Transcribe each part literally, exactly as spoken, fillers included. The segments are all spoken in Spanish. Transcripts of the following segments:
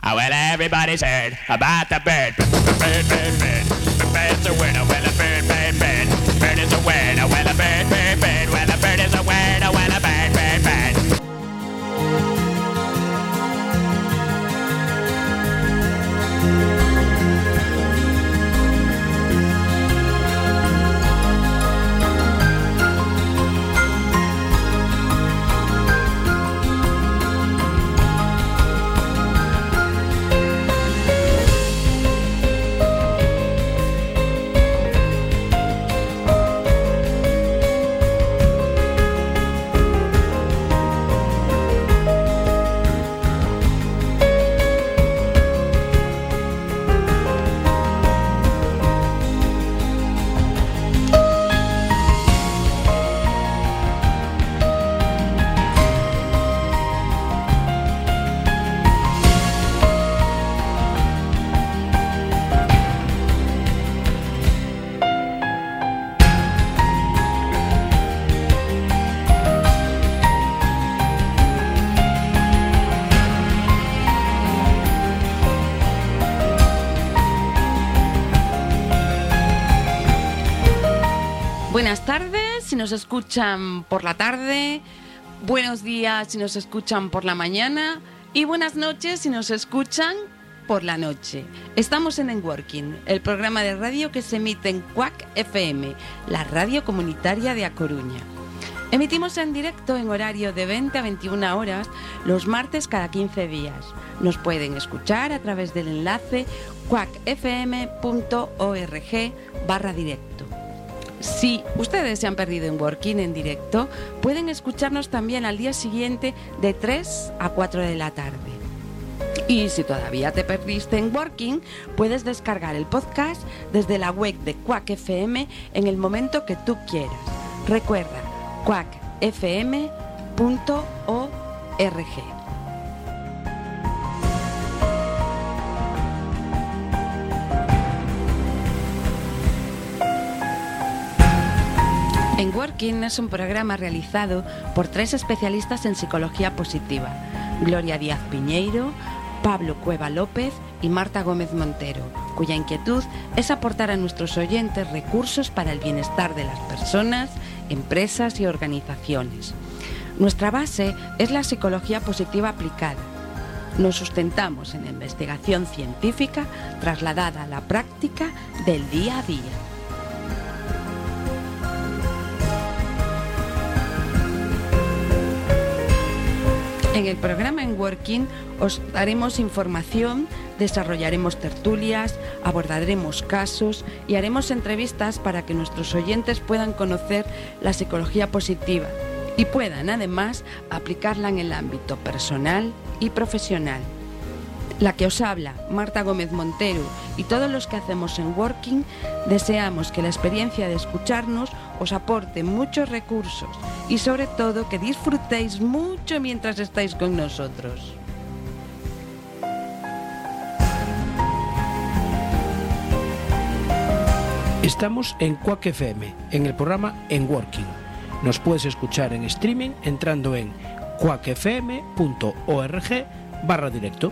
Oh, well, everybody's heard about the bird. Bird, bird, bird. The bird's a word. Oh, well, a bird, bird, bird. Bird is a word. Oh, well, a bird, bird, bird. Well, a bird is a word. Oh, well, a bird, bird, bird. Buenas tardes, si nos escuchan por la tarde, buenos días si nos escuchan por la mañana y buenas noches si nos escuchan por la noche. Estamos en Enworking, el programa de radio que se emite en C U A C F M, la radio comunitaria de A Coruña. Emitimos en directo en horario de veinte a veintiuna horas los martes cada quince días. Nos pueden escuchar a través del enlace cuacfm punto org barra directo. Si ustedes se han perdido en Working en directo, pueden escucharnos también al día siguiente de tres a cuatro de la tarde. Y si todavía te perdiste en Working, puedes descargar el podcast desde la web de C U A C F M en el momento que tú quieras. Recuerda, cuacfm punto org. Enworking es un programa realizado por tres especialistas en psicología positiva: Gloria Díaz Piñeiro, Pablo Cueva López y Marta Gómez Montero, cuya inquietud es aportar a nuestros oyentes recursos para el bienestar de las personas, empresas y organizaciones. Nuestra base es la psicología positiva aplicada. Nos sustentamos en la investigación científica trasladada a la práctica del día a día. En el programa Enworking os daremos información, desarrollaremos tertulias, abordaremos casos y haremos entrevistas para que nuestros oyentes puedan conocer la psicología positiva y puedan además aplicarla en el ámbito personal y profesional. La que os habla, Marta Gómez Montero, y todos los que hacemos Enworking, deseamos que la experiencia de escucharnos os aporte muchos recursos y sobre todo que disfrutéis mucho mientras estáis con nosotros. Estamos en C U A C F M, en el programa Enworking. Nos puedes escuchar en streaming entrando en cuacfm punto org barra directo.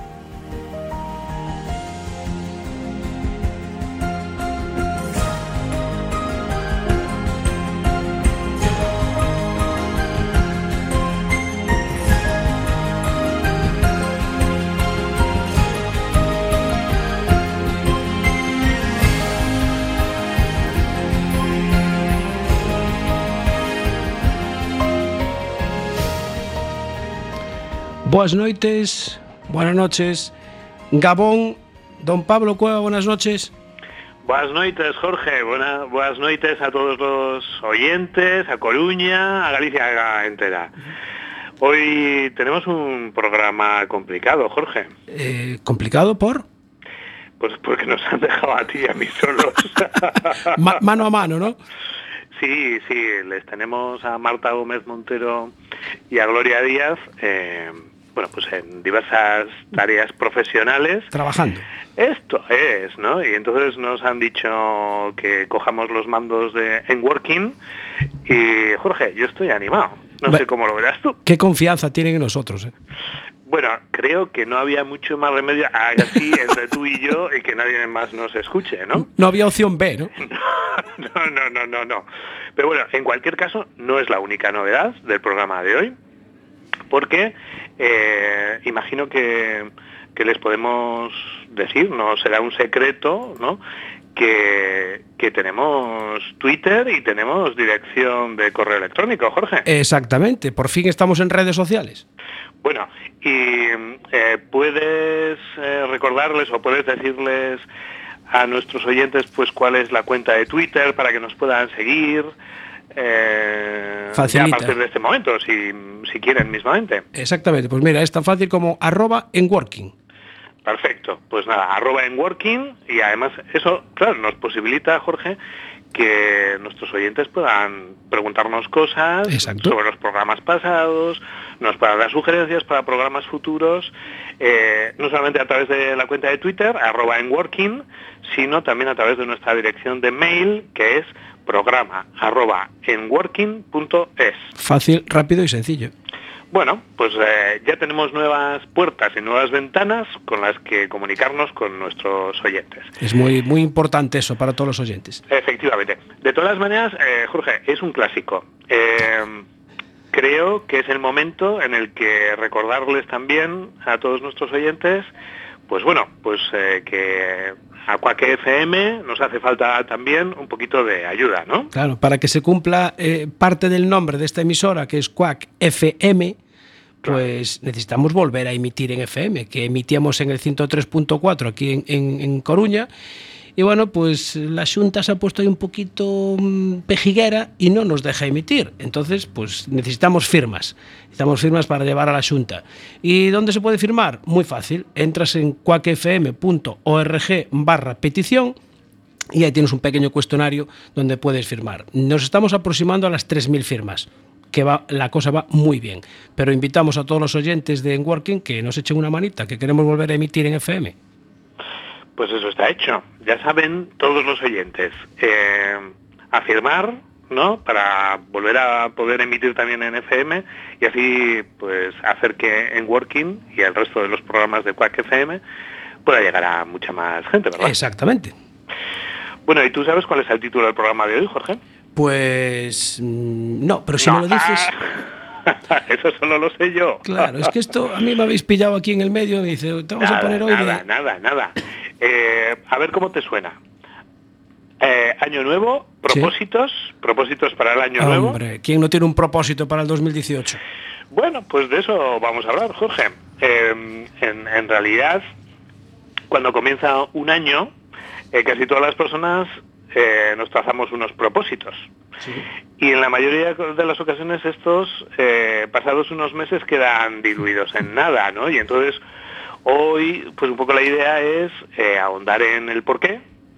Boas noites, buenas noches, Gabón, don Pablo Cueva, buenas noches. Buenas noites, Jorge, Buena, buenas noites a todos los oyentes, a Coruña, a Galicia entera. Hoy tenemos un programa complicado, Jorge. Eh, ¿Complicado por? Pues porque nos han dejado a ti y a mí solos. Ma- mano a mano, ¿no? Sí, sí, les tenemos a Marta Gómez Montero y a Gloria Díaz, eh, bueno, pues en diversas tareas profesionales. Trabajando. Esto es, ¿no? Y entonces nos han dicho que cojamos los mandos de Enworking y, Jorge, yo estoy animado. No Be- sé cómo lo verás tú. Qué confianza tienen en nosotros, ¿eh? Bueno, creo que no había mucho más remedio así entre tú y yo y que nadie más nos escuche, ¿no? No había opción B, ¿no? No, no, no, no, no. Pero bueno, en cualquier caso, no es la única novedad del programa de hoy, porque eh, imagino que, que les podemos decir, no será un secreto, ¿no?, que, que tenemos Twitter y tenemos dirección de correo electrónico, Jorge. Exactamente, por fin estamos en redes sociales. Bueno, y eh, puedes eh, recordarles o puedes decirles a nuestros oyentes pues cuál es la cuenta de Twitter para que nos puedan seguir eh, ya a partir de este momento, si, si quieren mismamente. Exactamente, pues mira, es tan fácil como arroba en working. Perfecto, pues nada, arroba en working, y además eso, claro, nos posibilita, Jorge, que nuestros oyentes puedan preguntarnos cosas Exacto. sobre los programas pasados, nos puedan dar sugerencias para programas futuros, eh, no solamente a través de la cuenta de Twitter, arroba en working, sino también a través de nuestra dirección de mail, que es programa arroba enworking punto es. Fácil, rápido y sencillo. Bueno, pues eh, ya tenemos nuevas puertas y nuevas ventanas con las que comunicarnos con nuestros oyentes. Es muy, muy importante eso para todos los oyentes. Efectivamente. De todas las maneras, eh, Jorge, es un clásico. Eh, creo que es el momento en el que recordarles también a todos nuestros oyentes, pues bueno, pues eh, que a Quack F M nos hace falta también un poquito de ayuda, ¿no? Claro, para que se cumpla eh, parte del nombre de esta emisora, que es Quack F M, pues necesitamos volver a emitir en F M, que emitíamos en el ciento tres punto cuatro aquí en, en, en Coruña. Y bueno, pues la Xunta se ha puesto ahí un poquito mmm, pejiguera y no nos deja emitir. Entonces, pues necesitamos firmas. Necesitamos firmas para llevar a la Xunta. ¿Y dónde se puede firmar? Muy fácil. Entras en quackfm punto org barra petición y ahí tienes un pequeño cuestionario donde puedes firmar. Nos estamos aproximando a las tres mil firmas, que va, la cosa va muy bien. Pero invitamos a todos los oyentes de Enworking que nos echen una manita, que queremos volver a emitir en F M. Pues eso está hecho. Ya saben todos los oyentes. Eh, a firmar, ¿no?, para volver a poder emitir también en F M y así pues hacer que Enworking y el resto de los programas de Quack F M pueda llegar a mucha más gente, ¿verdad? Exactamente. Bueno, ¿y tú sabes cuál es el título del programa de hoy, Jorge? Pues no, pero si no. me lo dices... Eso solo lo sé yo. Claro, es que esto a mí me habéis pillado aquí en el medio y me dice, te vamos nada, a poner hoy... Nada, de... nada, nada. Eh, a ver cómo te suena. Eh, año nuevo, propósitos, ¿sí? Propósitos para el año Hombre, nuevo. Hombre, ¿quién no tiene un propósito para el dos mil dieciocho? Bueno, pues de eso vamos a hablar, Jorge. Eh, en, en realidad, cuando comienza un año, eh, casi todas las personas eh, nos trazamos unos propósitos. Sí. Y en la mayoría de las ocasiones estos, eh, pasados unos meses, quedan diluidos en nada, ¿no? Y entonces, hoy, pues un poco la idea es eh, ahondar en el porqué,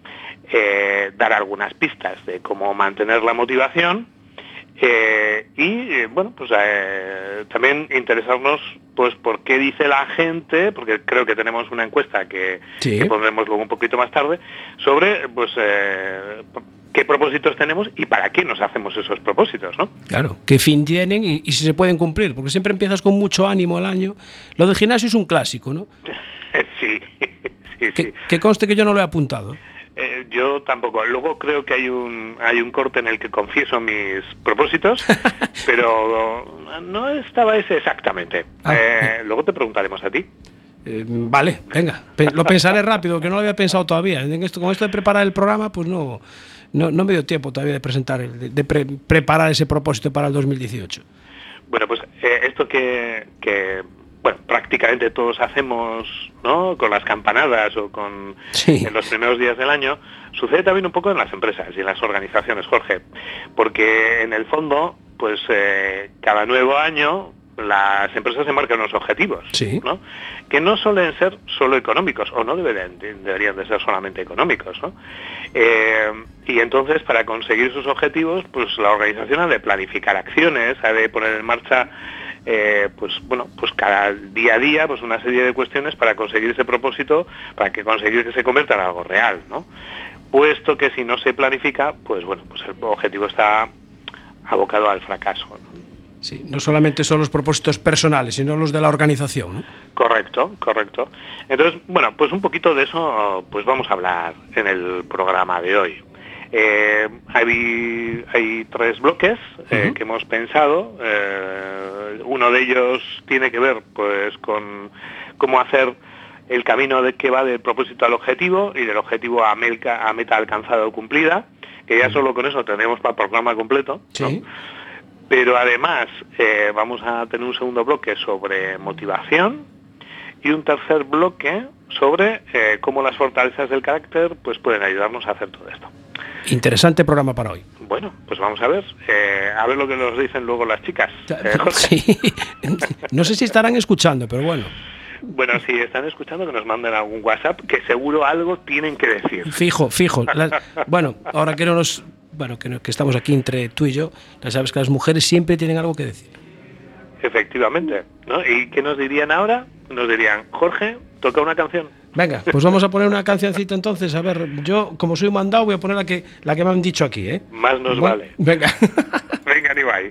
eh, dar algunas pistas de cómo mantener la motivación eh, y, eh, bueno, pues eh, también interesarnos pues por qué dice la gente, porque creo que tenemos una encuesta que, sí. que pondremos luego un poquito más tarde, sobre pues eh, qué propósitos tenemos y para qué nos hacemos esos propósitos, ¿no? Claro, qué fin tienen y, y si se pueden cumplir, porque siempre empiezas con mucho ánimo el año. Lo del gimnasio es un clásico, ¿no? Sí, sí, que, sí. Que conste que yo no lo he apuntado. Eh, yo tampoco. Luego creo que hay un hay un corte en el que confieso mis propósitos, pero no estaba ese exactamente. Ah, eh, luego te preguntaremos a ti. Eh, vale, venga, lo pensaré rápido, que no lo había pensado todavía. En esto, con esto de preparar el programa, pues no, no, no me dio tiempo todavía de presentar, de, de pre, preparar ese propósito para el dos mil dieciocho. Bueno, pues eh, esto que, que bueno, prácticamente todos hacemos, ¿no?, con las campanadas o con sí. en los primeros días del año, sucede también un poco en las empresas y en las organizaciones, Jorge, porque en el fondo, pues eh, cada nuevo año las empresas se marcan unos objetivos, sí. ¿no?, que no suelen ser solo económicos, o no deberían, deberían de ser solamente económicos, ¿no? Eh, y entonces, para conseguir sus objetivos, pues la organización ha de planificar acciones, ha de poner en marcha Eh, pues bueno, pues cada día a día pues una serie de cuestiones para conseguir ese propósito, para que conseguir que se convierta en algo real, ¿no? Puesto que si no se planifica, pues bueno, pues el objetivo está abocado al fracaso, ¿no? Sí, no solamente son los propósitos personales, sino los de la organización, ¿no? Correcto, correcto. Entonces, bueno, pues un poquito de eso pues vamos a hablar en el programa de hoy. Eh, hay, hay tres bloques eh, uh-huh. que hemos pensado. Eh, uno de ellos tiene que ver pues con cómo hacer el camino de que va del propósito al objetivo y del objetivo a, melca, a meta alcanzada o cumplida, que ya uh-huh. solo con eso tenemos para el programa completo, ¿no? Sí. Pero además eh, vamos a tener un segundo bloque sobre motivación y un tercer bloque sobre eh, cómo las fortalezas del carácter pues pueden ayudarnos a hacer todo esto. Interesante programa para hoy. Bueno, pues vamos a ver, eh, a ver lo que nos dicen luego las chicas. Eh, sí. No sé si estarán escuchando, pero bueno. Bueno, si están escuchando, que nos manden algún WhatsApp, que seguro algo tienen que decir. Fijo, fijo. La, bueno, ahora que no nos... Bueno, que, que estamos aquí entre tú y yo, ya sabes que las mujeres siempre tienen algo que decir. Efectivamente, ¿no? ¿Y qué nos dirían ahora? Nos dirían, Jorge, toca una canción. Venga, pues vamos a poner una cancioncita entonces. A ver, yo, como soy un mandado, voy a poner la que, la que me han dicho aquí, ¿eh? Más nos bueno, vale. Venga. Venga, Ibai.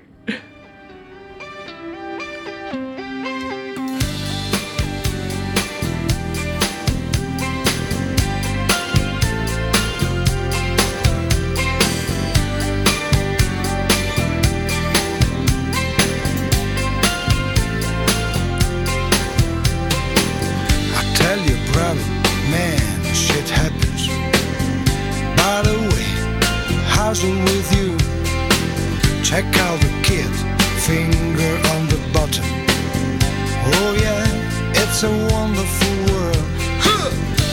With you, check out the kid, finger on the button. Oh yeah, it's a wonderful world. Huh!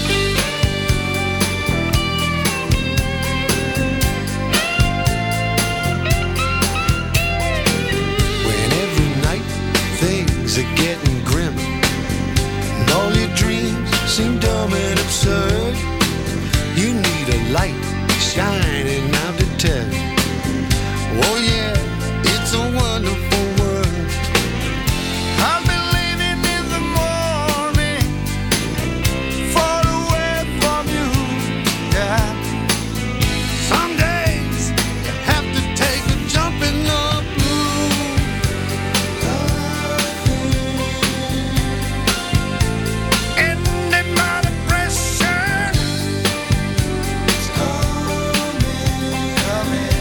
When every night things are getting grimmer and all your dreams seem dumb and absurd, you need a light shining out to tell you. Oh yeah, it's a wonderful world. I've been living in the morning, far away from you. Yeah. Some days you have to take a jump in the blue. In the amount of pressure, it's coming, coming.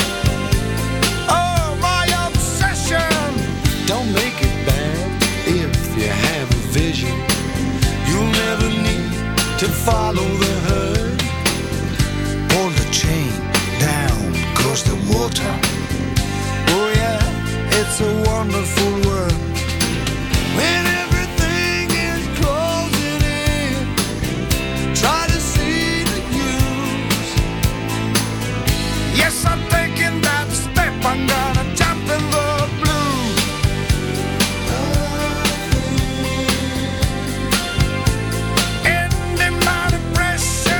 Oh, my obsession. Don't make it bad if you have a vision. You'll never need to follow the herd. Pull the chain down, cross the water. Oh yeah, it's a wonderful world. When everything is closing in, try to see the news. Yes, I'm taking that step, I'm gonna jump in the blue. In the amount of pressure,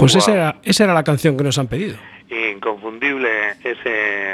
Pues Wow. esa era, esa era la canción que nos han pedido. Inconfundible ese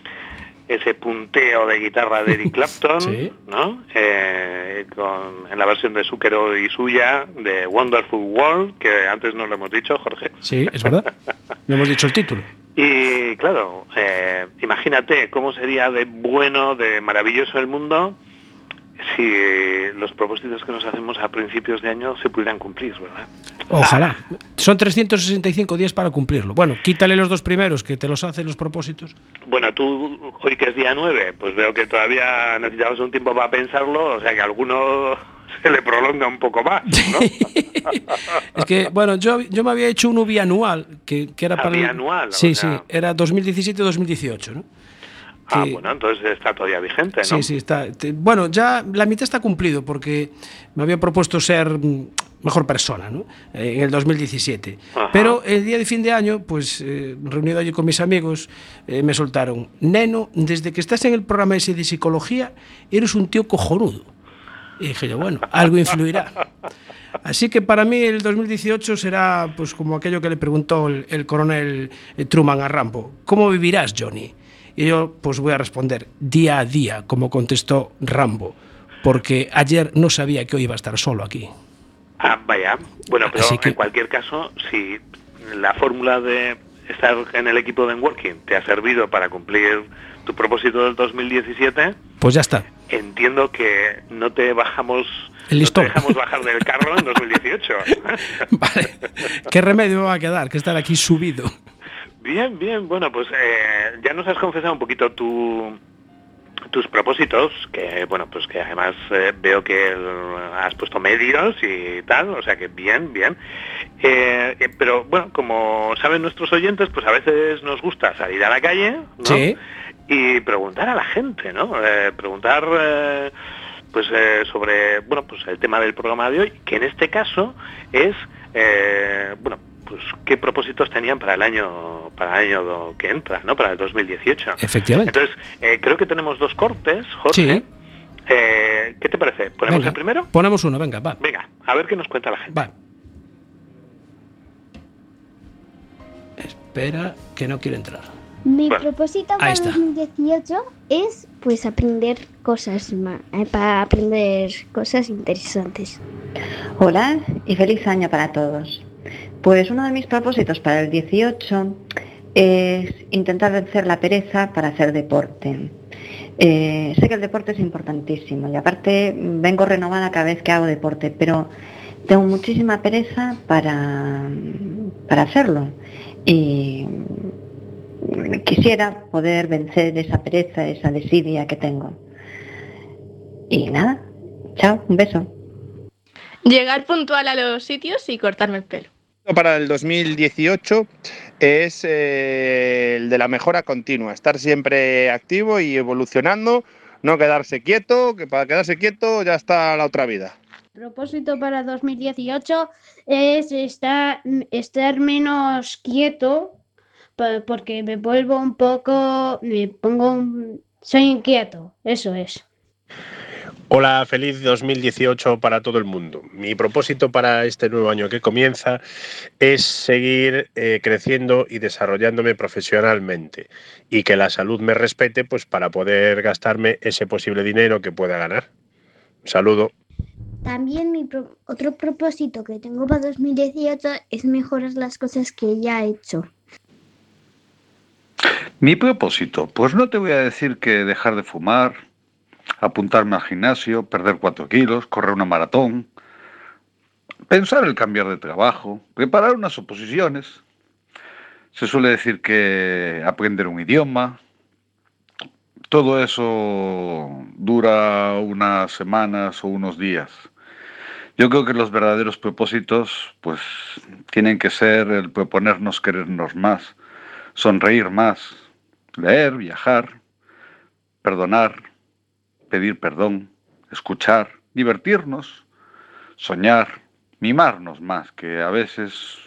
ese punteo de guitarra de Eric Clapton, Sí. ¿no? Eh, con, en la versión de Zucchero y suya de Wonderful World, que antes no lo hemos dicho, Jorge. Sí, es verdad. No hemos dicho el título. Y claro, eh, imagínate cómo sería de bueno, de maravilloso el mundo si los propósitos que nos hacemos a principios de año se pudieran cumplir, ¿verdad? Ojalá. Son trescientos sesenta y cinco días para cumplirlo. Bueno, quítale los dos primeros que te los hacen los propósitos. Bueno, tú, hoy que es día nueve, pues veo que todavía necesitamos un tiempo para pensarlo, o sea que a alguno se le prolonga un poco más, ¿no? Es que, bueno, yo, yo me había hecho uno bianual, que, que era Ah, para... el- bianual, o Sí, sea. sí, era dos mil diecisiete dos mil dieciocho, ¿no? Ah, que- bueno, entonces está todavía vigente, ¿no? Sí, sí, está. te- Bueno, ya la mitad está cumplido porque me había propuesto ser mm, mejor persona, ¿no? Eh, en el dos mil diecisiete. Ajá. Pero el día de fin de año, pues eh, reunido allí con mis amigos, eh, me soltaron: Neno, desde que estás en el programa ese de psicología, eres un tío cojonudo. Y dije yo, bueno, algo influirá. Así que para mí el dos mil dieciocho será pues como aquello que le preguntó el, el coronel eh, Truman a Rambo: ¿cómo vivirás, Johnny? Y yo pues voy a responder día a día, como contestó Rambo, porque ayer no sabía que hoy iba a estar solo aquí. Ah, vaya. Bueno, pero Así que- en cualquier caso, si la fórmula de estar en el equipo de Working te ha servido para cumplir tu propósito del dos mil diecisiete, Pues ya está. entiendo que no te bajamos, El no te listón. dejamos bajar del carro en dos mil dieciocho. Vale. ¿Qué remedio me va a quedar que estar aquí subido? Bien, bien. Bueno, pues eh, ya nos has confesado un poquito tu, tus propósitos, que bueno, pues que además eh, veo que el- has puesto medios y tal, o sea que bien, bien. Eh, eh, pero bueno, como saben nuestros oyentes, pues a veces nos gusta salir a la calle, ¿no? Sí. Y preguntar a la gente, ¿no? Eh, preguntar eh, pues eh, sobre, bueno, pues el tema del programa de hoy, que en este caso es, eh, bueno, pues qué propósitos tenían para el año para el año que entra, ¿no? Para el dos mil dieciocho. Efectivamente. Entonces, eh, creo que tenemos dos cortes, Jorge. Sí. Eh, ¿Qué te parece? ¿Ponemos Venga, el primero? Ponemos uno, venga, va. Venga, a ver qué nos cuenta la gente. Va. Espera, que no quiere entrar. Mi Bueno, propósito ahí para está. dos mil dieciocho es pues aprender cosas ma- eh, para aprender cosas interesantes. Hola y feliz año para todos. Pues uno de mis propósitos para el dieciocho es intentar vencer la pereza para hacer deporte. Eh, sé que el deporte es importantísimo y aparte vengo renovada cada vez que hago deporte, pero tengo muchísima pereza para, para hacerlo. Y quisiera poder vencer esa pereza, esa desidia que tengo. Y nada, chao, un beso. Llegar puntual a los sitios y cortarme el pelo. Para el dos mil dieciocho es eh, el de la mejora continua, estar siempre activo y evolucionando, no quedarse quieto, que para quedarse quieto ya está la otra vida. Propósito para dos mil dieciocho es estar, estar menos quieto pa- porque me vuelvo un poco, me pongo, un- soy inquieto, eso es. Hola, feliz dos mil dieciocho para todo el mundo. Mi propósito para este nuevo año que comienza es seguir eh, creciendo y desarrollándome profesionalmente y que la salud me respete, pues para poder gastarme ese posible dinero que pueda ganar. Un saludo. También mi pro- otro propósito que tengo para dos mil dieciocho es mejorar las cosas que ya he hecho. Mi propósito, pues no te voy a decir que dejar de fumar, apuntarme al gimnasio, perder cuatro kilos, correr una maratón, pensar el cambiar de trabajo, preparar unas oposiciones. Se suele decir que aprender un idioma. Todo eso dura unas semanas o unos días. Yo creo que los verdaderos propósitos, pues, tienen que ser el proponernos querernos más, sonreír más, leer, viajar, perdonar, pedir perdón, escuchar, divertirnos, soñar, mimarnos más, que a veces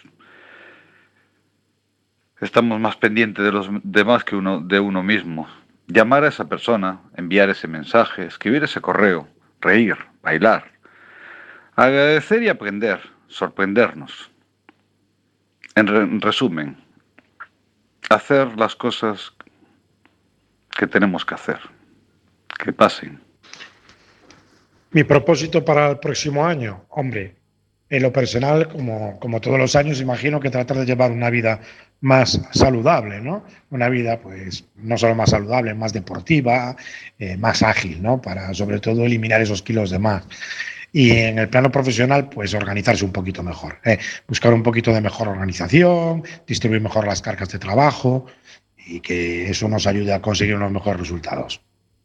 estamos más pendientes de los demás que uno, de uno mismo. Llamar a esa persona, enviar ese mensaje, escribir ese correo, reír, bailar, agradecer y aprender, sorprendernos. En, re- en resumen, hacer las cosas que tenemos que hacer, que pasen. Mi propósito para el próximo año, hombre, en lo personal, como, como todos los años, imagino que tratar de llevar una vida más saludable, ¿no? Una vida, pues, no solo más saludable, más deportiva, eh, más ágil, ¿no? Para, sobre todo, eliminar esos kilos de más. Y en el plano profesional, pues, organizarse un poquito mejor, ¿eh? Buscar un poquito de mejor organización, distribuir mejor las cargas de trabajo y que eso nos ayude a conseguir unos mejores resultados.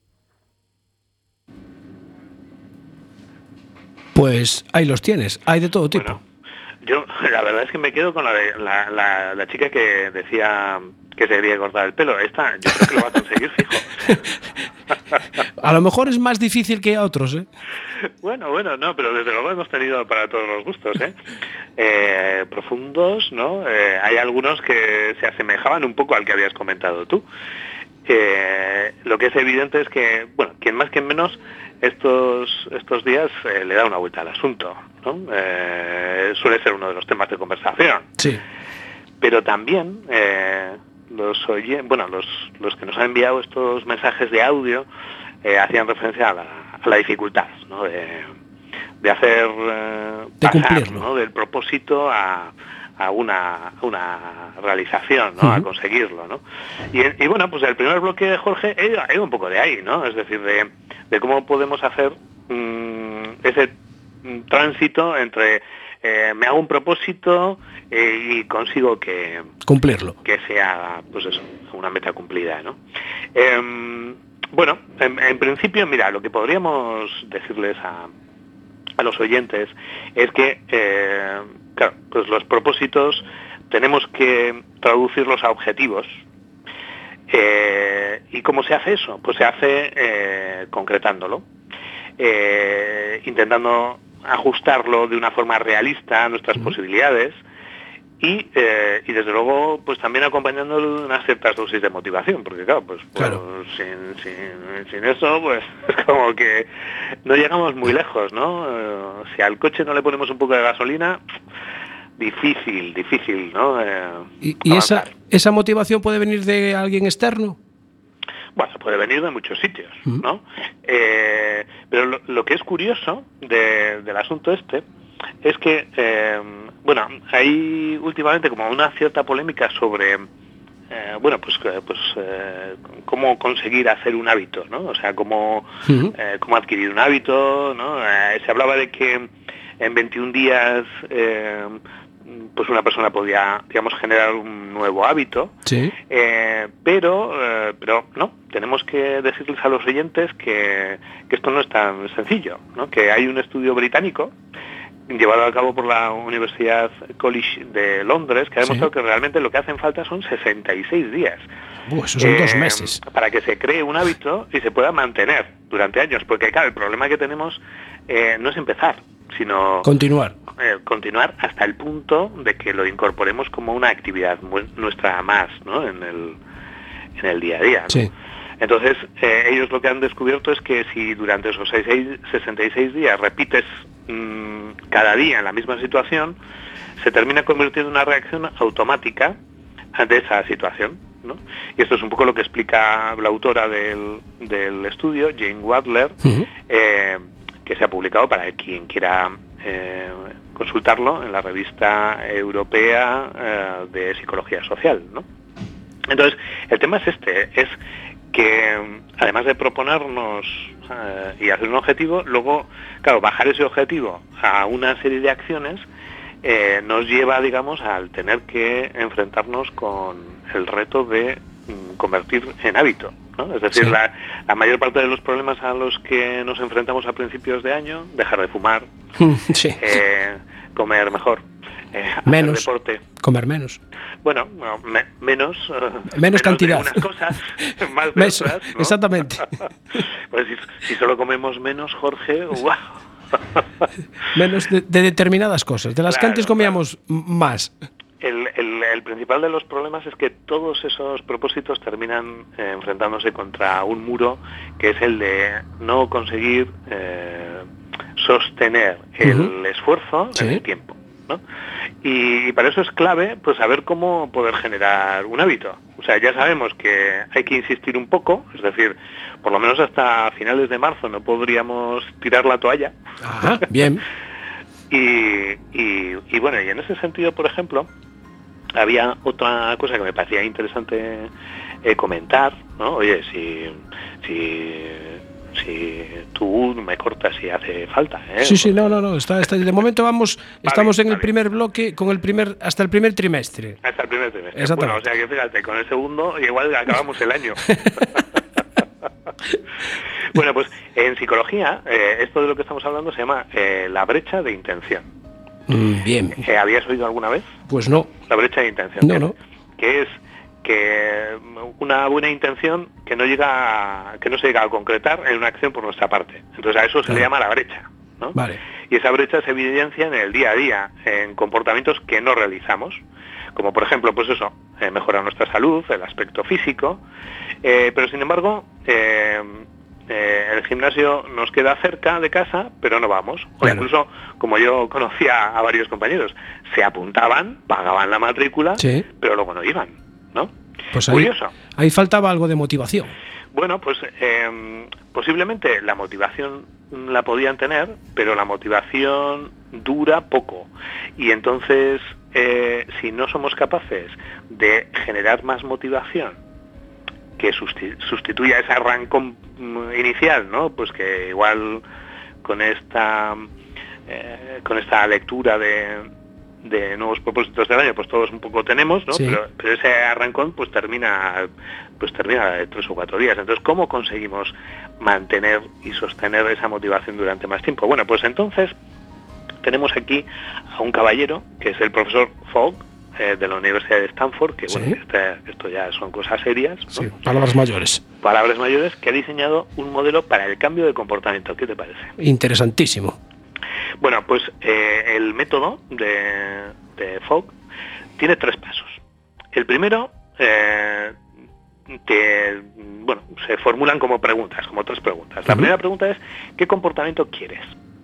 Pues ahí los tienes, hay de todo tipo. Bueno, yo la verdad es que me quedo con la, de, la, la, la chica que decía que se debía cortar el pelo. Esta yo creo que lo va a conseguir fijo. A lo mejor es más difícil que a otros, ¿eh? Bueno, bueno, no, pero desde luego hemos tenido para todos los gustos, ¿eh? Eh, profundos, ¿no? Eh, hay algunos que se asemejaban un poco al que habías comentado tú. Eh, lo que es evidente es que, bueno, quien más quien menos estos estos días eh, le da una vuelta al asunto, ¿no? Eh, suele ser uno de los temas de conversación. Sí. Pero también eh, los oye, bueno, los los que nos han enviado estos mensajes de audio eh, hacían referencia a la, a la dificultad, ¿no? De, de hacer eh, de pasar, cumplirlo, ¿no? Del propósito a a una, una realización, ¿no? Uh-huh. A conseguirlo, ¿no? Y, y bueno, pues el primer bloque de Jorge ha ido un poco de ahí, ¿no? Es decir, de, de cómo podemos hacer mmm, ese tránsito entre eh, me hago un propósito eh, y consigo que cumplirlo, que sea, pues eso, una meta cumplida, ¿no? Eh, bueno, en, en principio, mira, lo que podríamos decirles a a los oyentes es que eh, claro, pues los propósitos tenemos que traducirlos a objetivos. Eh, ¿Y cómo se hace eso? Pues se hace eh, concretándolo, eh, intentando ajustarlo de una forma realista a nuestras uh-huh. posibilidades y, eh, y desde luego pues también acompañándolo de unas ciertas dosis de motivación, porque claro, pues, claro. pues sin, sin, sin eso pues es como que no llegamos muy lejos, ¿no? Eh, si al coche no le ponemos un poco de gasolina, difícil, difícil, ¿no? Eh, ¿Y, y esa, esa motivación puede venir de alguien externo? Bueno, puede venir de muchos sitios, ¿no? Uh-huh. Eh, pero lo, lo que es curioso de, del asunto este es que, eh, bueno, hay últimamente como una cierta polémica sobre, eh, bueno, pues, pues eh, cómo conseguir hacer un hábito, ¿no? O sea, cómo, uh-huh. eh, cómo adquirir un hábito, ¿no? Eh, se hablaba de que en veintiún días, eh, pues una persona podía, digamos, generar un nuevo hábito, sí. eh, pero, eh, pero no, tenemos que decirles a los oyentes que, que esto no es tan sencillo, ¿no? Que hay un estudio británico llevado a cabo por la Universidad College de Londres, que ha demostrado sí. que realmente lo que hacen falta son sesenta y seis días. Uh, eso son eh, dos meses. Para que se cree un hábito y se pueda mantener durante años. Porque claro, el problema que tenemos eh, no es empezar, sino continuar. Eh, continuar hasta el punto de que lo incorporemos como una actividad muy, nuestra más, ¿no? En el, en el día a día, ¿no? Sí. Entonces, eh, ellos lo que han descubierto es que si durante esos sesenta y seis días repites mmm, cada día en la misma situación, se termina convirtiendo en una reacción automática ante esa situación, ¿no? Y esto es un poco lo que explica la autora del, del estudio, Jane Wadler, uh-huh. eh, que se ha publicado para quien quiera eh, consultarlo en la revista europea eh, de psicología social, ¿no? Entonces, el tema es este, es que además de proponernos eh, y hacer un objetivo, luego, claro, bajar ese objetivo a una serie de acciones eh, nos lleva, digamos, al tener que enfrentarnos con el reto de mm, convertir en hábito, ¿no? Es decir, sí. la, la mayor parte de los problemas a los que nos enfrentamos a principios de año, dejar de fumar, sí. eh, comer mejor, eh, menos, hacer deporte. Comer menos. Bueno, no, me, menos... Uh, menos, menos cantidad. De unas cosas, más de Meso, otras, ¿no? Exactamente. Pues si, si solo comemos menos, Jorge, ¡wow! Menos de, de determinadas cosas, de las claro, que antes comíamos claro. más. El, el, el principal de los problemas es que todos esos propósitos terminan eh, enfrentándose contra un muro que es el de no conseguir eh, sostener el uh-huh. esfuerzo sí. en el tiempo, ¿no? Y, y para eso es clave pues saber cómo poder generar un hábito. O sea, ya sabemos que hay que insistir un poco, es decir, por lo menos hasta finales de marzo no podríamos tirar la toalla. Ajá, bien. y, y, y bueno, y en ese sentido, por ejemplo, había otra cosa que me parecía interesante eh, comentar, ¿no? Oye, si, si, si tú me cortas si hace falta, ¿eh? Sí, sí, no, no, no, está, está, de momento vamos, vale, estamos en vale. el primer bloque, con el primer, hasta el primer trimestre. Hasta el primer trimestre. Exactamente. Bueno, o sea que fíjate, con el segundo igual acabamos el año. Bueno, pues en psicología, eh, esto de lo que estamos hablando se llama eh, la brecha de intención. Mm, bien. Eh, ¿Habías oído alguna vez? Pues no. La brecha de intención. No, que, no. Que es que una buena intención que no llega, a, que no se llega a concretar en una acción por nuestra parte. Entonces a eso se claro. le llama la brecha, ¿no? Vale. Y esa brecha se evidencia en el día a día, en comportamientos que no realizamos, como por ejemplo, pues eso, eh, mejorar nuestra salud, el aspecto físico, eh, pero sin embargo, eh, eh, el gimnasio nos queda cerca de casa, pero no vamos. O bueno. incluso, como yo conocía a varios compañeros, se apuntaban, pagaban la matrícula, sí. pero luego no iban, ¿no? Pues ahí, curioso. Ahí faltaba algo de motivación. Bueno, pues eh, posiblemente la motivación la podían tener, pero la motivación dura poco. Y entonces, eh, si no somos capaces de generar más motivación que sustituya ese arrancón inicial, ¿no? Pues que igual con esta eh, con esta lectura de, de nuevos propósitos del año, pues todos un poco tenemos, ¿no? Sí. Pero, pero ese arrancón pues termina pues termina de tres o cuatro días. Entonces, ¿cómo conseguimos mantener y sostener esa motivación durante más tiempo? Bueno, pues entonces tenemos aquí a un caballero que es el profesor Fogg, eh, de la Universidad de Stanford, que sí. bueno, este, esto ya son cosas serias, ¿no? Sí, palabras mayores. Palabras mayores, que ha diseñado un modelo para el cambio de comportamiento. ¿Qué te parece? Interesantísimo. Bueno, pues eh, el método de, de Fogg tiene tres pasos. El primero, eh, te, bueno, se formulan como preguntas, como tres preguntas. La uh-huh. primera pregunta es, ¿qué comportamiento quieres?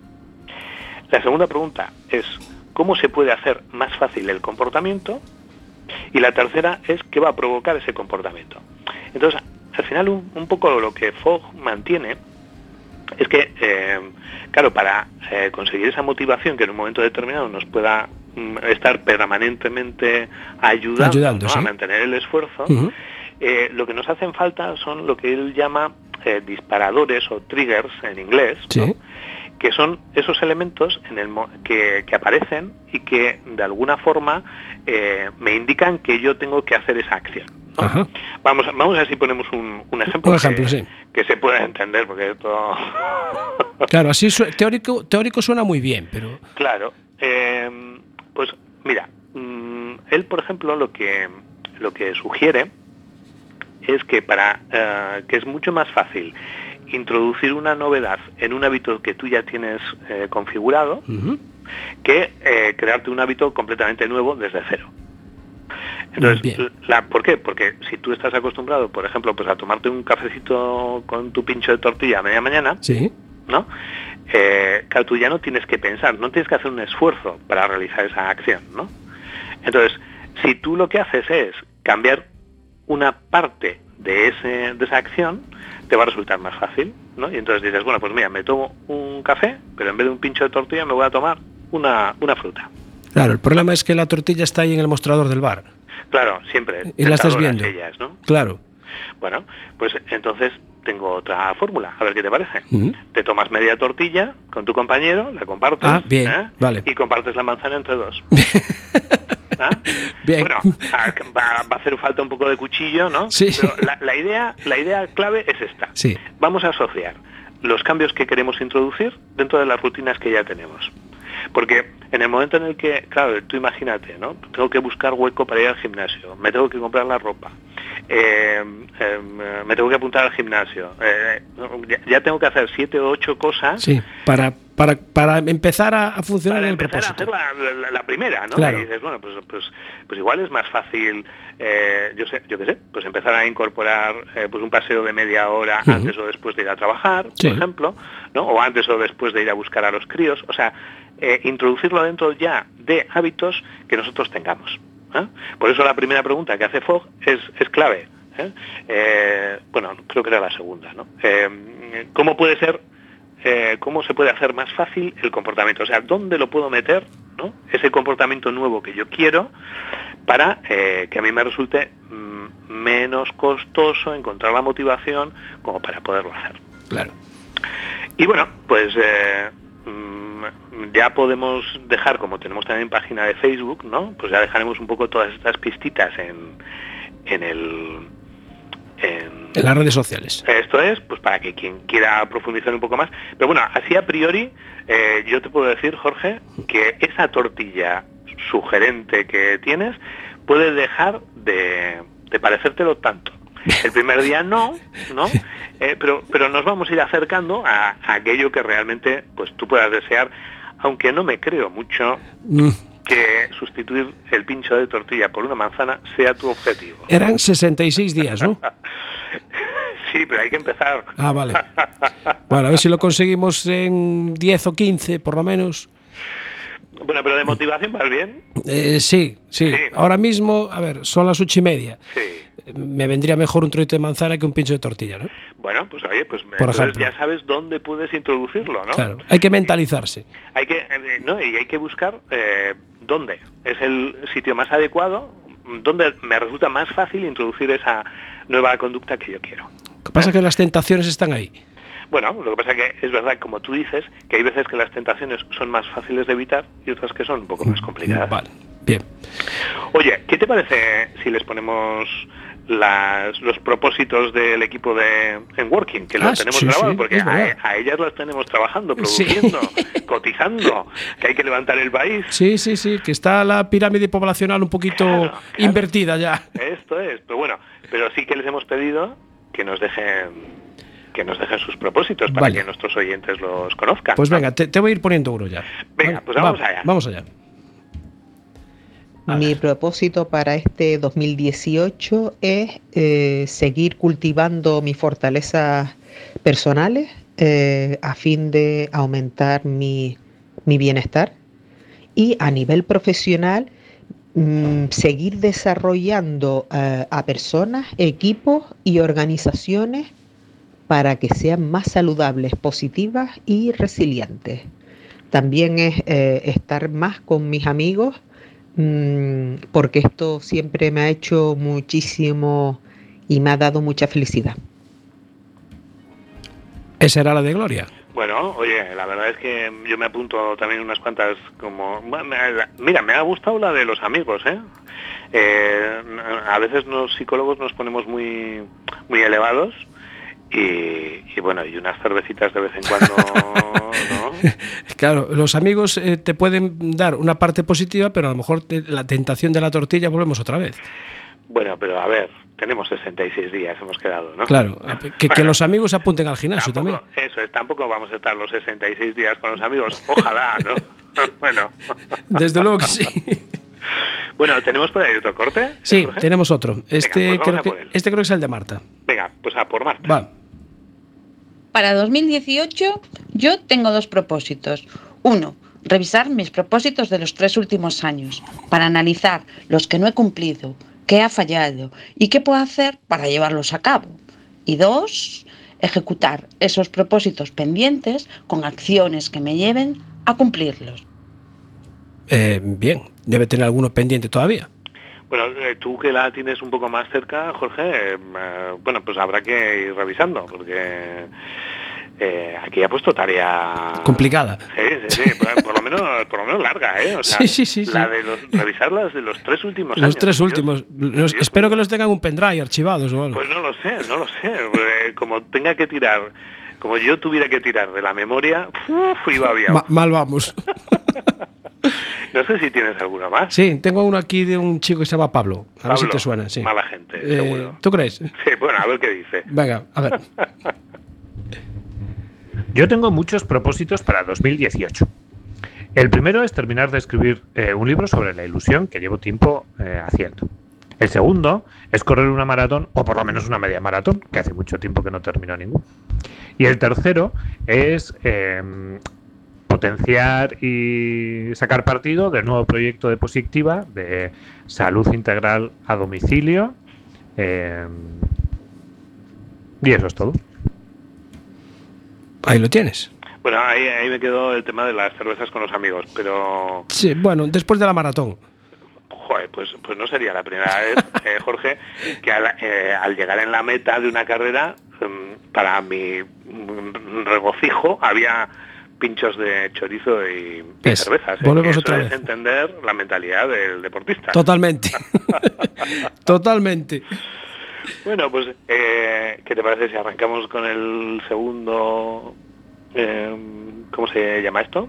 La segunda pregunta es, ¿cómo se puede hacer más fácil el comportamiento? Y la tercera es, ¿qué va a provocar ese comportamiento? Entonces, al final, un, un poco lo que Fogg mantiene es que, eh, claro, para eh, conseguir esa motivación que en un momento determinado nos pueda mm, estar permanentemente ayudando, ayudando ¿no? ¿sí? a mantener el esfuerzo, uh-huh. eh, lo que nos hacen falta son lo que él llama eh, disparadores o triggers en inglés, sí. ¿no? Que son esos elementos en el mo- que, que aparecen y que de alguna forma eh, me indican que yo tengo que hacer esa acción, ¿no? Ajá. Vamos, vamos a ver si ponemos un, un ejemplo, un ejemplo que, sí. que se pueda entender, porque esto... Claro, así su- teórico, teórico suena muy bien, pero... Claro, eh, pues mira, mmm, él por ejemplo lo que, lo que sugiere es que para uh, que es mucho más fácil introducir una novedad en un hábito que tú ya tienes eh, configurado, uh-huh. que eh, crearte un hábito completamente nuevo desde cero. Entonces, la, ¿por qué? Porque si tú estás acostumbrado, por ejemplo, pues a tomarte un cafecito con tu pincho de tortilla a media mañana, sí. ¿no? Eh, claro, tú ya no tienes que pensar, no tienes que hacer un esfuerzo para realizar esa acción, ¿no? Entonces, si tú lo que haces es cambiar una parte de ese de esa acción, te va a resultar más fácil, ¿no? Y entonces dices, bueno, pues mira, me tomo un café, pero en vez de un pincho de tortilla me voy a tomar una, una fruta. Claro, el problema es que la tortilla está ahí en el mostrador del bar. Claro, siempre. Y la estás viendo. Ellas, ¿no? Claro. Bueno, pues entonces tengo otra fórmula, a ver qué te parece. Uh-huh. Te tomas media tortilla con tu compañero, la compartes, ah, bien, ¿eh? Vale. Y compartes la manzana entre dos. ¿Ah? Bien. Bueno, va, va a hacer falta un poco de cuchillo, ¿no? Sí. Pero la, la idea, la idea clave es esta. Sí. Vamos a asociar los cambios que queremos introducir dentro de las rutinas que ya tenemos. Porque en el momento en el que, claro, tú imagínate, ¿no? Tengo que buscar hueco para ir al gimnasio, me tengo que comprar la ropa, eh, eh, me tengo que apuntar al gimnasio, eh, ya, ya tengo que hacer siete o ocho cosas. Sí, para, para, para empezar a, a funcionar para en el empezar propósito. a hacer la, la, la primera, ¿no? Claro. Y dices, bueno, pues, pues, pues igual es más fácil, eh, yo sé, yo qué sé, pues empezar a incorporar eh, pues un paseo de media hora Uh-huh. antes o después de ir a trabajar, Sí. por ejemplo, ¿no? O antes o después de ir a buscar a los críos, o sea, eh, introducirlo dentro ya de hábitos que nosotros tengamos. ¿eh? Por eso la primera pregunta que hace Fogg es, es clave. ¿eh? Eh, bueno, creo que era la segunda, ¿no? Eh, ¿Cómo puede ser, eh, cómo se puede hacer más fácil el comportamiento? O sea, ¿dónde lo puedo meter, ¿no? Ese comportamiento nuevo que yo quiero para eh, que a mí me resulte mm, menos costoso encontrar la motivación como para poderlo hacer. Claro. Y bueno, pues eh, mm, ya podemos dejar, como tenemos también página de Facebook, ¿no? Pues ya dejaremos un poco todas estas pistitas en, en el... En, En las redes sociales. Esto es, pues para que quien quiera profundizar un poco más. Pero bueno, así a priori, eh, yo te puedo decir, Jorge, que esa tortilla sugerente que tienes puede dejar de, de parecértelo tanto. El primer día no, ¿no? Eh, pero, pero nos vamos a ir acercando a, a aquello que realmente pues tú puedas desear, aunque no me creo mucho Mm. que sustituir el pincho de tortilla por una manzana sea tu objetivo. Eran sesenta y seis días, ¿no? Sí, pero hay que empezar. Ah, vale. Bueno, a ver si lo conseguimos en diez o quince, por lo menos. Bueno, pero de motivación vas bien. Eh, sí, sí, Sí. Ahora mismo, a ver, son las ocho y media. Sí. Me vendría mejor un trocito de manzana que un pincho de tortilla, ¿no? Bueno, pues oye, pues Por entonces ejemplo. ya sabes dónde puedes introducirlo, ¿no? Claro, hay que mentalizarse. Hay que, eh, no, y hay que buscar eh, dónde es el sitio más adecuado, dónde me resulta más fácil introducir esa nueva conducta que yo quiero. Lo que pasa es que las tentaciones están ahí. Bueno, lo que pasa que es verdad, como tú dices, que hay veces que las tentaciones son más fáciles de evitar y otras que son un poco más complicadas. Vale, bien. Oye, ¿qué te parece si les ponemos las, los propósitos del equipo de en Working, que Ah, los tenemos sí, grabados? sí, Porque es verdad. a, a ellas las tenemos trabajando, Sí. produciendo, cotizando, que hay que levantar el país. Sí, sí, sí, que está la pirámide poblacional un poquito Claro, claro. invertida ya. Esto es, pero bueno, pero sí que les hemos pedido que nos dejen que nos dejen sus propósitos para Vale. que nuestros oyentes los conozcan. Pues venga, te, te voy a ir poniendo uno ya. Venga, pues vamos Va- allá. Vamos allá. Mi propósito para este dos mil dieciocho es eh, seguir cultivando mis fortalezas personales eh, a fin de aumentar mi, mi bienestar y a nivel profesional mm, seguir desarrollando eh, a personas, equipos y organizaciones para que sean más saludables, positivas y resilientes. También es eh, estar más con mis amigos, mm, porque esto siempre me ha hecho muchísimo y me ha dado mucha felicidad. Esa era la de Gloria. Bueno, oye, la verdad es que yo me apunto también unas cuantas como... bueno, me- Mira, me ha gustado la de los amigos, ¿eh? Eh, a veces los psicólogos nos ponemos muy, muy elevados y, y bueno, y unas cervecitas de vez en cuando, ¿no? Claro, los amigos eh, te pueden dar una parte positiva, pero a lo mejor te- la tentación de la tortilla volvemos otra vez. Bueno, pero a ver, tenemos sesenta y seis días, hemos quedado, ¿no? Claro, que, que Bueno, los amigos se apunten al gimnasio también. Eso es, tampoco vamos a estar los sesenta y seis días con los amigos, ojalá, ¿no? Bueno. Desde luego que sí. Bueno, ¿tenemos por ahí otro corte? Sí, Jorge? tenemos otro. Este, pues vamos creo a que, por él. este creo que es el de Marta. Venga, pues a por Marta. Va. Para dos mil dieciocho yo tengo dos propósitos. Uno, revisar mis propósitos de los tres últimos años para analizar los que no he cumplido, qué ha fallado y qué puedo hacer para llevarlos a cabo. Y dos, ejecutar esos propósitos pendientes con acciones que me lleven a cumplirlos. Eh, bien, debe tener alguno pendiente todavía. Bueno, eh, tú que la tienes un poco más cerca, Jorge, eh, eh, bueno, pues habrá que ir revisando, porque eh, aquí ha puesto tarea... Complicada. Sí, sí, sí, por, por lo menos, por lo menos larga, ¿eh? O sea, Sí, sí, sí, la sí. de los, revisar las de los tres últimos años. Los tres últimos. Los- espero que los tengan en un pendrive archivados o algo. Pues no lo sé, no lo sé. Eh, como tenga que tirar, como yo tuviera que tirar de la memoria, uf, iba bien. Ma- mal vamos. No sé si tienes alguna más. Sí, tengo uno aquí de un chico que se llama Pablo. A ver si Pablo, te suena. Sí. mala gente, Eh, seguro. ¿Tú crees? Sí, bueno, a ver qué dice. Venga, a ver. Yo tengo muchos propósitos para dos mil dieciocho. El primero es terminar de escribir eh, un libro sobre la ilusión que llevo tiempo eh, haciendo. El segundo es correr una maratón, o por lo menos una media maratón, que hace mucho tiempo que no termino ningún. Y el tercero es eh, potenciar y sacar partido del nuevo proyecto de Posictiva de salud integral a domicilio. Eh, y eso es todo. Ahí lo tienes. Bueno, ahí, ahí me quedó el tema de las cervezas con los amigos, pero... Sí, bueno, después de la maratón. Joder, pues, pues no sería la primera vez, eh, Jorge, que al, eh, al llegar en la meta de una carrera, um, para mi um, regocijo, había pinchos de chorizo y, y es, cervezas. ¿eh? Volvemos Eso otra es vez. entender la mentalidad del deportista. Totalmente. Totalmente. Bueno, pues, eh, ¿qué te parece si arrancamos con el segundo... Eh, ¿Cómo se llama esto?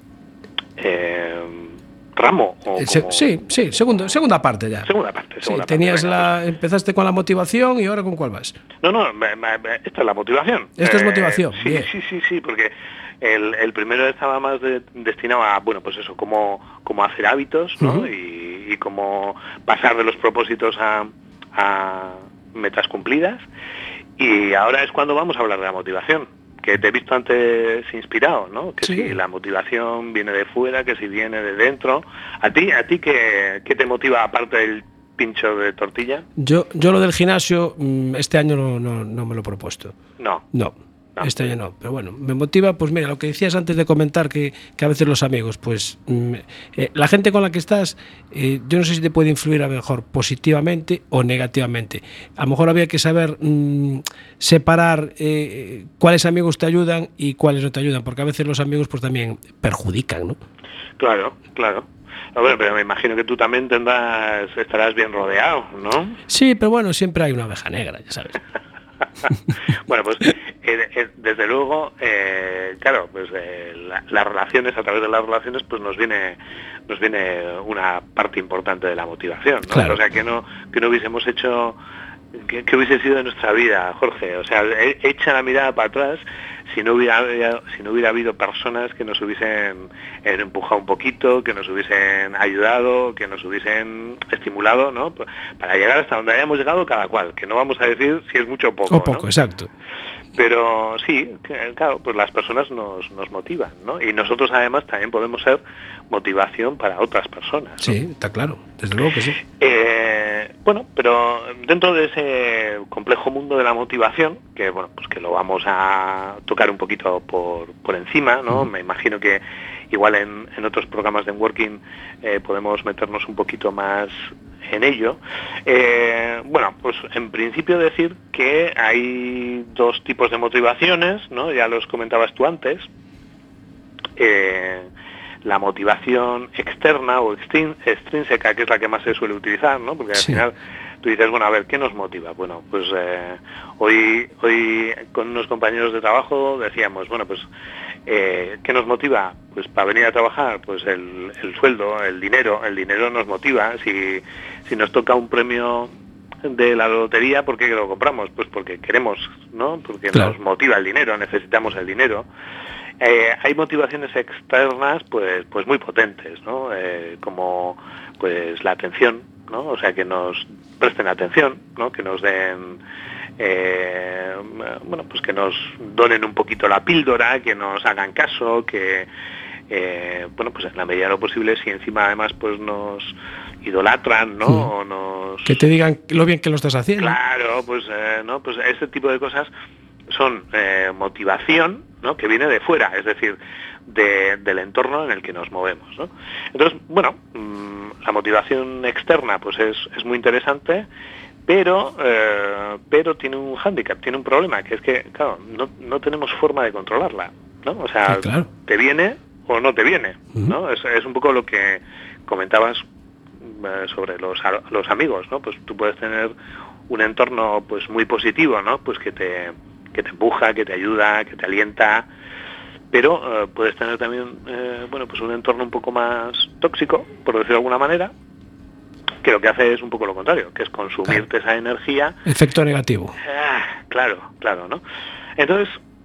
Eh, ramo. O Se, como... Sí, sí, segundo, segunda parte ya. Segunda parte. Segunda sí, tenías parte, venga, la, pues. Empezaste con la motivación y ahora ¿con cuál vas? No, no, me, me, esta es la motivación. Esto eh, es motivación. Sí, bien. sí, sí, sí, porque el, el primero estaba más de, destinado a, bueno, pues eso, cómo, cómo hacer hábitos, ¿no? Uh-huh. y, y cómo pasar de los propósitos a, a metas cumplidas. Y ahora es cuando vamos a hablar de la motivación, que te he visto antes inspirado, ¿no? Que sí. Si la motivación viene de fuera, que si viene de dentro. ¿A ti, a ti qué, qué te motiva aparte del pincho de tortilla? Yo, yo lo del gimnasio este año no, no, no me lo he propuesto. No. No. No. Este año no, pero bueno, me motiva, pues mira, lo que decías antes de comentar, que, que a veces los amigos, pues mm, eh, la gente con la que estás, eh, yo no sé si te puede influir a lo mejor positivamente o negativamente. A lo mejor había que saber mmm, separar eh, cuáles amigos te ayudan y cuáles no te ayudan, porque a veces los amigos pues también perjudican, ¿no? Claro, claro. Bueno, pero me imagino que tú también tendrás, estarás bien rodeado, ¿no? Sí, pero bueno, siempre hay una oveja negra, ya sabes. Bueno, pues eh, eh, desde luego, eh, claro, pues eh, la, las relaciones, a través de las relaciones, pues nos viene nos viene una parte importante de la motivación, ¿no? Claro. O sea, que no que no hubiésemos hecho, que, que hubiese sido de nuestra vida, Jorge. O sea, he, echa la mirada para atrás si no hubiera si no hubiera habido personas que nos hubiesen empujado un poquito, que nos hubiesen ayudado, que nos hubiesen estimulado, ¿no? Para llegar hasta donde hayamos llegado cada cual, que no vamos a decir si es mucho o poco. O poco, ¿no? Exacto. Pero sí, claro, pues las personas nos, nos motivan, ¿no? Y nosotros además también podemos ser motivación para otras personas, ¿no? Sí, está claro, desde luego que sí. Eh, bueno, pero dentro de ese complejo mundo de la motivación, que bueno, pues que lo vamos a tocar un poquito por, por encima, ¿no? Uh-huh. Me imagino que igual en, en otros programas de Working eh, podemos meternos un poquito más en ello. Eh, bueno, pues en principio decir que hay dos tipos de motivaciones, ¿no? Ya los comentabas tú antes. Eh, la motivación externa o extrínseca, que es la que más se suele utilizar, ¿no? Porque al sí. final tú dices, bueno, a ver, ¿qué nos motiva? Bueno, pues eh, hoy, hoy con unos compañeros de trabajo decíamos, bueno, pues Eh, ¿qué nos motiva? Pues para venir a trabajar, pues el, el sueldo, el dinero, el dinero nos motiva. Si, si nos toca un premio de la lotería, ¿por qué lo compramos? Pues porque queremos, ¿no? Porque claro. Nos motiva el dinero, necesitamos el dinero. Eh, hay motivaciones externas, pues, pues muy potentes, ¿no? Eh, como, pues la atención, ¿no? O sea, que nos presten atención, ¿no? Que nos den Eh, bueno, pues que nos donen un poquito la píldora, que nos hagan caso, que eh, bueno, pues en la medida de lo posible, si encima además pues nos idolatran, ¿no? Mm. O nos... Que te digan lo bien que lo estás haciendo. Claro, pues eh, no, pues ese tipo de cosas son eh, motivación, ¿no? Que viene de fuera, es decir, de, del entorno en el que nos movemos, ¿no? Entonces, bueno, mmm, la motivación externa pues es, es muy interesante. Pero eh, pero tiene un hándicap, tiene un problema, que es que, claro, no, no tenemos forma de controlarla, ¿no? O sea, sí, claro. Te viene o no te viene, uh-huh. ¿no? Es, es un poco lo que comentabas eh, sobre los, los amigos, ¿no? Pues tú puedes tener un entorno pues muy positivo, ¿no? Pues que te, que te empuja, que te ayuda, que te alienta, pero eh, puedes tener también, eh, bueno, pues un entorno un poco más tóxico, por decirlo de alguna manera, que lo que hace es un poco lo contrario, que es consumirte claro. esa energía. Efecto negativo. Ah, claro, claro, ¿no? Entonces, bueno,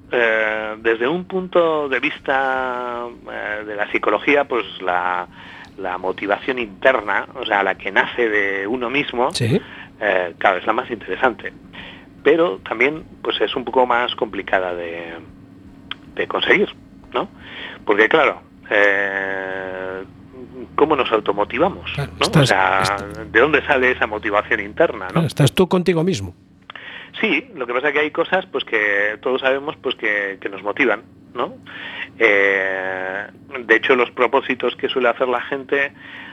eh, desde un punto de vista eh, de la psicología, pues la, la motivación interna, o sea, la que nace de uno mismo, Sí. eh, claro, es la más interesante. Pero también, pues es un poco más complicada de, de conseguir, ¿no? Porque, claro, eh, ¿cómo nos automotivamos? Claro, ¿no? estás- o sea, estás- ¿de dónde sale esa motivación interna, no? Claro, estás tú contigo mismo. Sí, lo que pasa es que hay cosas pues que todos sabemos pues que, que nos motivan, ¿no? Eh, de hecho, los propósitos que suele hacer la gente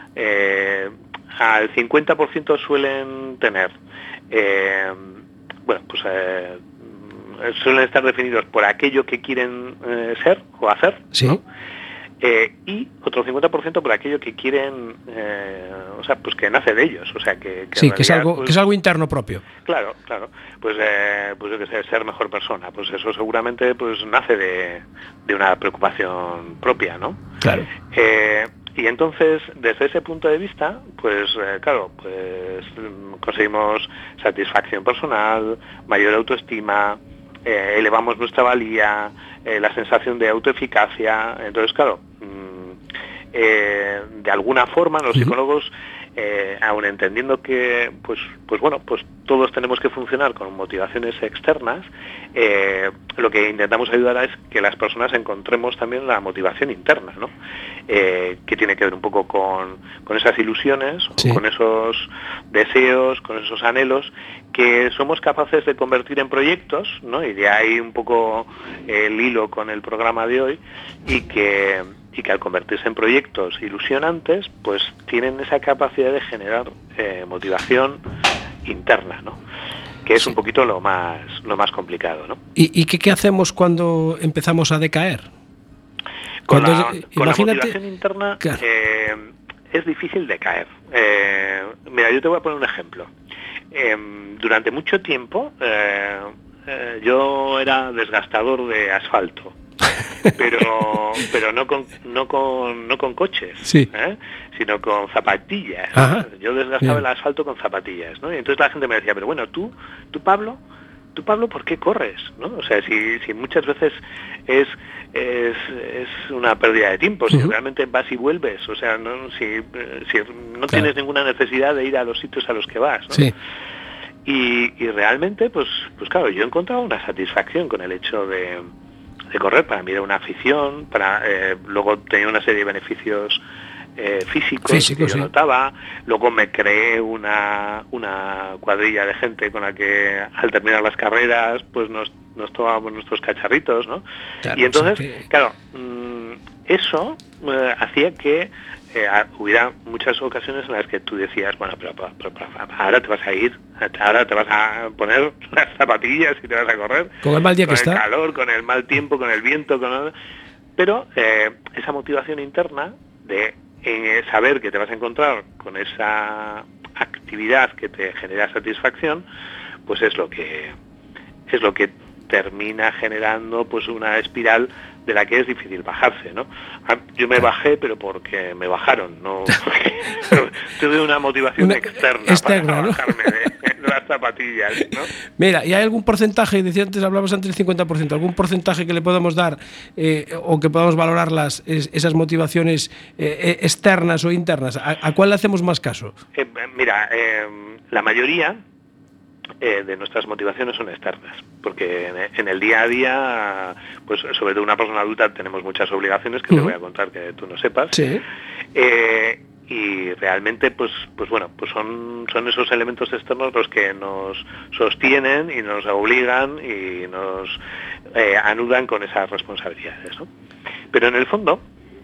eh, al cincuenta por ciento suelen tener, eh, bueno, pues eh, suelen estar definidos por aquello que quieren eh, ser o hacer, Sí. ¿no? Eh, y otro cincuenta por ciento por aquello que quieren, eh, o sea, pues que nace de ellos, o sea, que, que Sí, en que es realidad, algo, pues, que es algo interno propio. Claro, claro. Pues, eh, pues yo que sé, ser mejor persona. Pues eso seguramente pues nace de, de una preocupación propia, ¿no? Claro. Eh, y entonces, desde ese punto de vista, pues eh, claro, pues mm, conseguimos satisfacción personal, mayor autoestima, eh, elevamos nuestra valía, eh, la sensación de autoeficacia. Entonces, claro, mm, eh, de alguna forma los psicólogos, eh, aun entendiendo que, pues, pues bueno, pues todos tenemos que funcionar con motivaciones externas, eh, lo que intentamos ayudar es que las personas encontremos también la motivación interna, ¿no? Eh, que tiene que ver un poco con, con esas ilusiones, Sí. con esos deseos, con esos anhelos que somos capaces de convertir en proyectos, ¿no? Y de ahí un poco el hilo con el programa de hoy, y que y que al convertirse en proyectos ilusionantes, pues tienen esa capacidad de generar eh, motivación interna, ¿no? Que es un poquito lo más lo más complicado, ¿no? ¿Y, y qué, qué hacemos cuando empezamos a decaer? Con, Cuando, la, eh, con la imagínate- motivación interna Claro. eh, es difícil de caer. Eh, mira, yo te voy a poner un ejemplo. Eh, durante mucho tiempo eh, eh, yo era desgastador de asfalto, pero pero no con no con no con coches, Sí. ¿eh? Sino con zapatillas. Ajá. Yo desgastaba Bien. el asfalto con zapatillas, ¿no? Y entonces la gente me decía, pero bueno, tú tú Pablo, tú Pablo, ¿por qué corres? ¿No? O sea, si, si muchas veces es, es, es una pérdida de tiempo, si Ujú. realmente vas y vuelves, o sea, no, si, eh, si no Claro. tienes ninguna necesidad de ir a los sitios a los que vas, ¿no? Sí. Y, y realmente, pues, pues claro, yo he encontrado una satisfacción con el hecho de, de correr. Para mí era una afición, para eh, luego tenía una serie de beneficios eh, físicos, Físicos, que yo sí. notaba. Luego me creé una, una cuadrilla de gente con la que al terminar las carreras pues nos, nos tomábamos nuestros cacharritos, ¿no? Claro, Y entonces, o sea que- claro, mm, eso eh, hacía que eh, a- hubiera muchas ocasiones en las que tú decías, bueno, pero, pero- pero- pero ahora te vas a ir, ahora te vas a poner las zapatillas y te vas a correr. Con el mal día que con el está. calor, con el mal tiempo, con el viento, con el- pero eh, esa motivación interna de eh, saber que te vas a encontrar con esa actividad que te genera satisfacción, pues es lo que es lo que termina generando pues una espiral de la que es difícil bajarse, ¿no? Ah, yo me bajé, pero porque me bajaron, no tuve una motivación Una- externa, externa, para ¿no? bajarme de, de las zapatillas, ¿no? Mira, ¿y hay algún porcentaje, decía antes, hablabas antes del cincuenta por ciento, algún porcentaje que le podamos dar eh, o que podamos valorar las, es- esas motivaciones eh, eh, externas o internas? ¿A, a cuál le hacemos más caso? Eh, mira, eh, la mayoría eh, de nuestras motivaciones son externas, porque en, en el día a día, pues sobre todo una persona adulta tenemos muchas obligaciones que te Ujú. voy a contar que tú no sepas. Sí. Eh, y realmente pues pues bueno pues son son esos elementos externos los que nos sostienen y nos obligan y nos eh, anudan con esas responsabilidades, ¿no? Pero en el fondo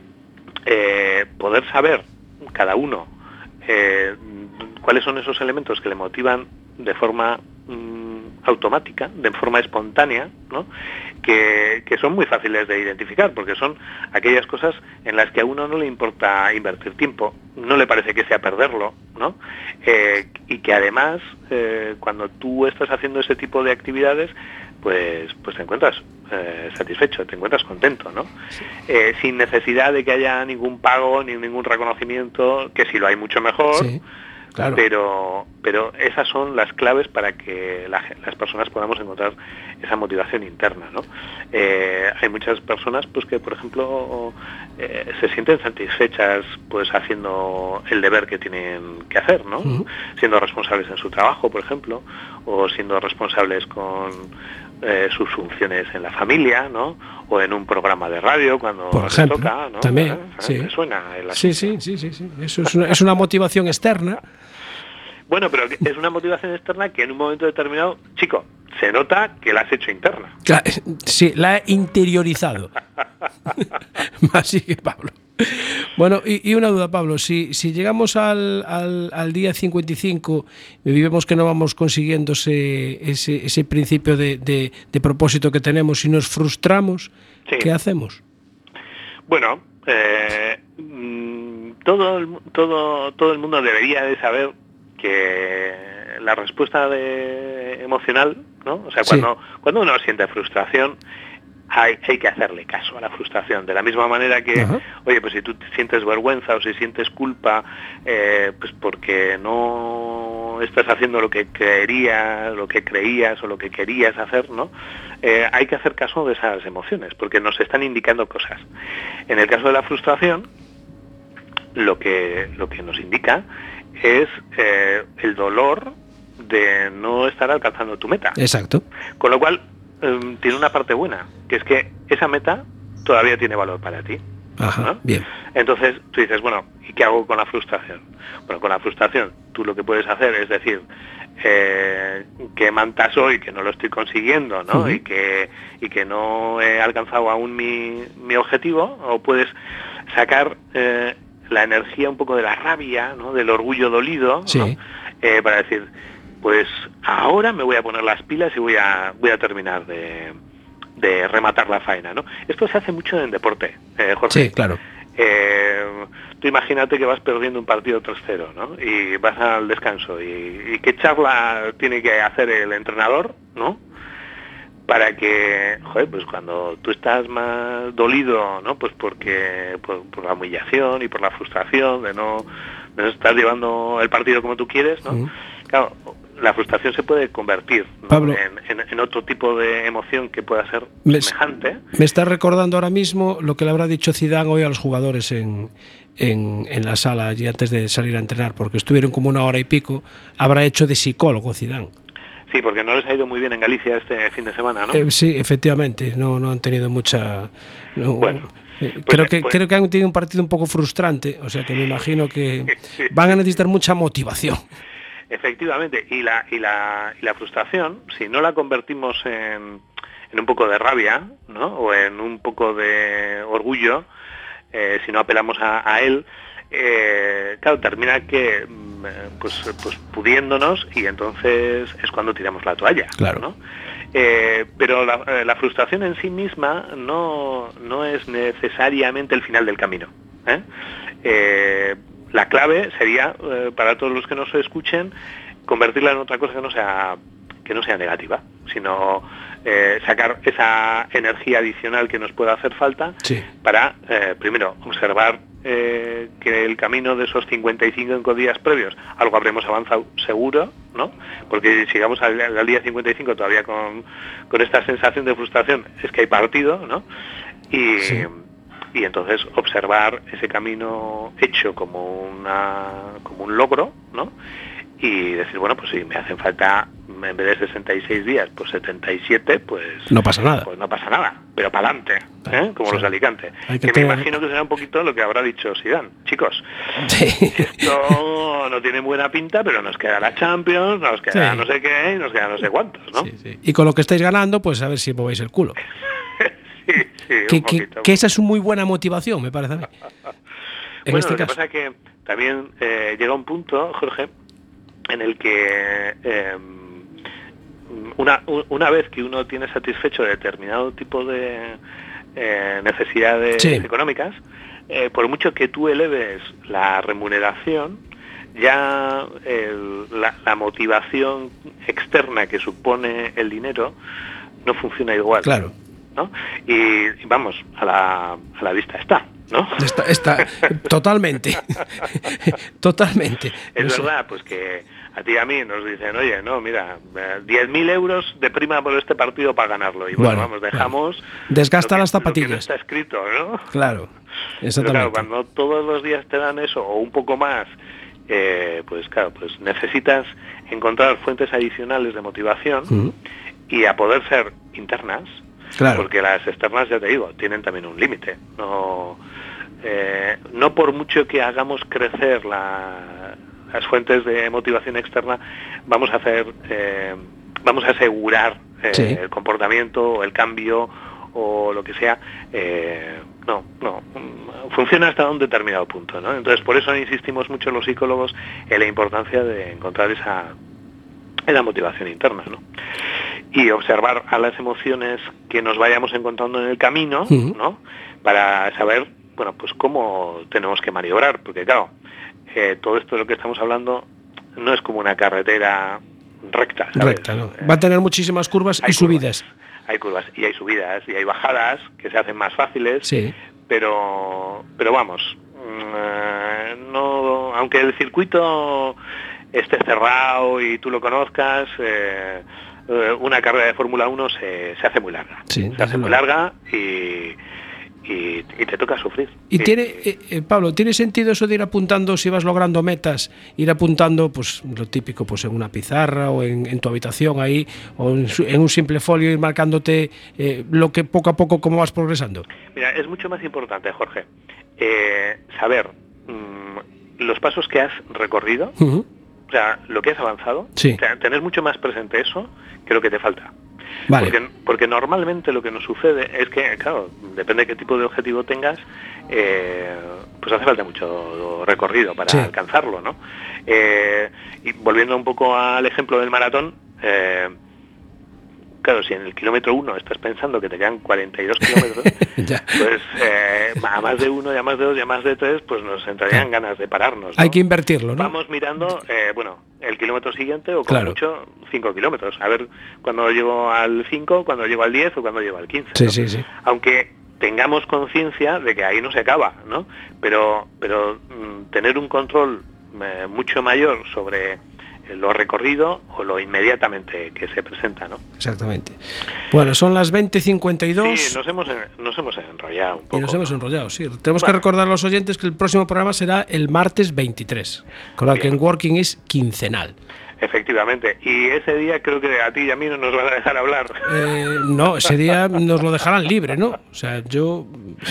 eh, poder saber cada uno eh, cuáles son esos elementos que le motivan de forma mm, automática, de forma espontánea, ¿no? Que, que son muy fáciles de identificar, porque son aquellas cosas en las que a uno no le importa invertir tiempo, no le parece que sea perderlo, ¿no? Eh, y que además, eh, cuando tú estás haciendo ese tipo de actividades, pues, pues te encuentras eh, satisfecho, te encuentras contento, ¿no? Eh, sin necesidad de que haya ningún pago ni ningún reconocimiento, que si lo hay mucho mejor, Sí. Claro. Pero, pero esas son las claves para que la, las personas podamos encontrar esa motivación interna, ¿no? Eh, hay muchas personas pues que, por ejemplo, eh, se sienten satisfechas pues haciendo el deber que tienen que hacer, ¿no? Uh-huh. Siendo responsables en su trabajo, por ejemplo, o siendo responsables con eh, sus funciones en la familia, ¿no? O en un programa de radio cuando por ejemplo, les toca, ¿no? También, ¿Eh? sí. ¿Me suena el sí, sí, sí, sí, sí. Eso es una, es una motivación externa. Bueno, pero es una motivación externa que en un momento determinado, chico, se nota que la has hecho interna. Claro, sí, la he interiorizado. Así que, Pablo. Bueno, y, y una duda, Pablo, si, si llegamos al, al, al día cincuenta y cinco y vemos que no vamos consiguiendo ese, ese, ese principio de, de, de propósito que tenemos y nos frustramos, sí. ¿Qué hacemos? Bueno, eh, todo, el, todo, todo el mundo debería de saber que la respuesta de emocional, ¿no? O sea, cuando, sí. cuando uno siente frustración, hay, hay que hacerle caso a la frustración. De la misma manera que, uh-huh. oye, pues si tú sientes vergüenza o si sientes culpa, eh, pues porque no estás haciendo lo que querías, lo que creías o lo que querías hacer, ¿no? Eh, hay que hacer caso de esas emociones, porque nos están indicando cosas. En el caso de la frustración, lo que, lo que nos indica es eh, el dolor de no estar alcanzando tu meta. Exacto. Con lo cual, eh, tiene una parte buena, que es que esa meta todavía tiene valor para ti. Ajá, ¿no? Bien. Entonces, tú dices, bueno, ¿y qué hago con la frustración? Bueno, con la frustración, tú lo que puedes hacer es decir, eh, qué manta soy, que no lo estoy consiguiendo, ¿no? Uh-huh. Y que y que no he alcanzado aún mi, mi objetivo, o puedes sacar... Eh, la energía un poco de la rabia, ¿no? Del orgullo dolido, sí. ¿no? eh, para decir, pues ahora me voy a poner las pilas y voy a voy a terminar de, de rematar la faena, ¿no? Esto se hace mucho en deporte, eh, Jorge. Sí, claro. Eh, tú imagínate que vas perdiendo un partido tres cero, ¿no? Y vas al descanso, y, y qué charla tiene que hacer el entrenador, ¿no? Para que, joder, pues cuando tú estás más dolido, ¿no? Pues porque por, por la humillación y por la frustración de no, de no estar llevando el partido como tú quieres, ¿no? Uh-huh. Claro, la frustración se puede convertir, ¿no? Pablo, en, en, en otro tipo de emoción que pueda ser me, semejante. Me está recordando ahora mismo lo que le habrá dicho Zidane hoy a los jugadores en, en, en la sala allí antes de salir a entrenar, porque estuvieron como una hora y pico. Habrá hecho de psicólogo Zidane. Sí, porque no les ha ido muy bien en Galicia este fin de semana, ¿no? Eh, sí, efectivamente, no, no han tenido mucha... No, bueno, eh, pues, creo, que, pues, creo que han tenido un partido un poco frustrante, o sea que me imagino que van a necesitar mucha motivación. Efectivamente, y la, y la, y la frustración, si no la convertimos en, en un poco de rabia, ¿no? O en un poco de orgullo, eh, si no apelamos a, a él, eh, claro, termina que... Pues, pues pudiéndonos, y entonces es cuando tiramos la toalla, claro. ¿no? Eh, pero la, eh, la frustración en sí misma no, no es necesariamente el final del camino, ¿eh? Eh, la clave sería, eh, para todos los que nos escuchen, convertirla en otra cosa que no sea, que no sea negativa, sino eh, sacar esa energía adicional que nos pueda hacer falta, sí. para, eh, primero, observar Eh, que el camino de esos cincuenta y cinco días previos algo habremos avanzado seguro, ¿no? Porque si llegamos al, al día cincuenta y cinco todavía con, con esta sensación de frustración, es que hay partido, ¿no? Y, sí. y entonces observar ese camino hecho como una como un logro, ¿no? Y decir, bueno, pues si me hacen falta, en vez de sesenta y seis días, pues setenta y siete, pues... No pasa nada. Pues no pasa nada, pero para adelante, ¿eh? Como sí. los de Alicante. Que, que tener... me imagino que será un poquito lo que habrá dicho Zidane. Chicos, sí. esto no tiene buena pinta, pero nos queda la Champions, nos queda sí. no sé qué, y nos queda no sé cuántos, ¿no? Sí, sí. Y con lo que estáis ganando, pues a ver si movéis el culo. sí, sí, que, un poquito, que, que esa es una muy buena motivación, me parece a mí. En bueno, este lo que caso. pasa es que también eh, llega un punto, Jorge, en el que eh, una, una vez que uno tiene satisfecho determinado tipo de eh, necesidades sí. económicas, eh, por mucho que tú eleves la remuneración, ya el, la, la motivación externa que supone el dinero no funciona igual. Claro. ¿no? Y, y vamos, a la, a la vista está. ¿no? Está, está totalmente, totalmente. Es No sé. verdad, pues que a ti y a mí nos dicen, oye, no, mira, diez mil euros de prima por este partido para ganarlo. Y bueno, Bueno, vamos, dejamos... Desgasta las Lo que no zapatillas. está escrito, ¿no? Claro, Pero exactamente. claro, cuando todos los días te dan eso o un poco más, eh, pues claro, pues necesitas encontrar fuentes adicionales de motivación Ujú. y a poder ser internas, Claro. porque las externas, ya te digo, tienen también un límite. No, eh, no por mucho que hagamos crecer la, las fuentes de motivación externa, vamos a hacer, eh, vamos a asegurar eh, Sí. el comportamiento o el cambio o lo que sea. Eh, no, no, funciona hasta un determinado punto, ¿no? Entonces, por eso insistimos mucho los psicólogos en la importancia de encontrar esa, esa motivación interna, ¿no? Y observar a las emociones que nos vayamos encontrando en el camino, Ujú. ¿no? Para saber, bueno, pues cómo tenemos que maniobrar, porque claro, eh, todo esto de lo que estamos hablando no es como una carretera recta, ¿sabes? Recta, ¿no? Va a tener muchísimas curvas y subidas. Hay curvas y hay subidas y hay bajadas que se hacen más fáciles, Sí. pero pero vamos, mm, eh, no, aunque el circuito esté cerrado y tú lo conozcas, eh, eh, una carrera de Fórmula uno se, se hace muy larga. Sí, Se desde hace muy luego. larga y, y, y te toca sufrir. Y tiene, eh, eh, Pablo, ¿tiene sentido eso de ir apuntando, si vas logrando metas, ir apuntando, pues lo típico, pues en una pizarra o en, en tu habitación ahí, o en, su- en un simple folio, ir marcándote eh, lo que poco a poco, cómo vas progresando? Mira, es mucho más importante, Jorge, eh, saber mm, los pasos que has recorrido, Ujú. o sea, lo que has avanzado, Sí. o sea, tener mucho más presente eso que lo que te falta. Vale. Porque, porque normalmente lo que nos sucede es que, claro, depende de qué tipo de objetivo tengas, eh, pues hace falta mucho recorrido para Sí. alcanzarlo, ¿no? Eh, y volviendo un poco al ejemplo del maratón, eh, claro, si en el kilómetro uno estás pensando que te quedan cuarenta y dos kilómetros, Ya. pues eh, a más de uno, y a más de dos, y a más de tres, pues nos entrarían ganas de pararnos, ¿no? Hay que invertirlo, ¿no? Vamos mirando, eh, bueno, el kilómetro siguiente o con Claro. mucho cinco kilómetros. A ver cuando llego al cinco, cuando llego al diez o cuando llego al quince. Sí, ¿no? sí, sí. Aunque tengamos conciencia de que ahí no se acaba, ¿no? Pero, pero mm, tener un control eh, mucho mayor sobre lo recorrido o lo inmediatamente que se presenta, ¿no? Exactamente. Bueno, son las veinte cincuenta y dos. Sí, nos hemos, en- nos hemos enrollado un poco. Y nos hemos enrollado, sí. Tenemos que recordar a los oyentes que el próximo programa será el martes veintitrés, con lo que en Working es quincenal. Efectivamente. Y ese día creo que a ti y a mí no nos van a dejar hablar. Eh, no, ese día nos lo dejarán libre, ¿no? O sea, yo...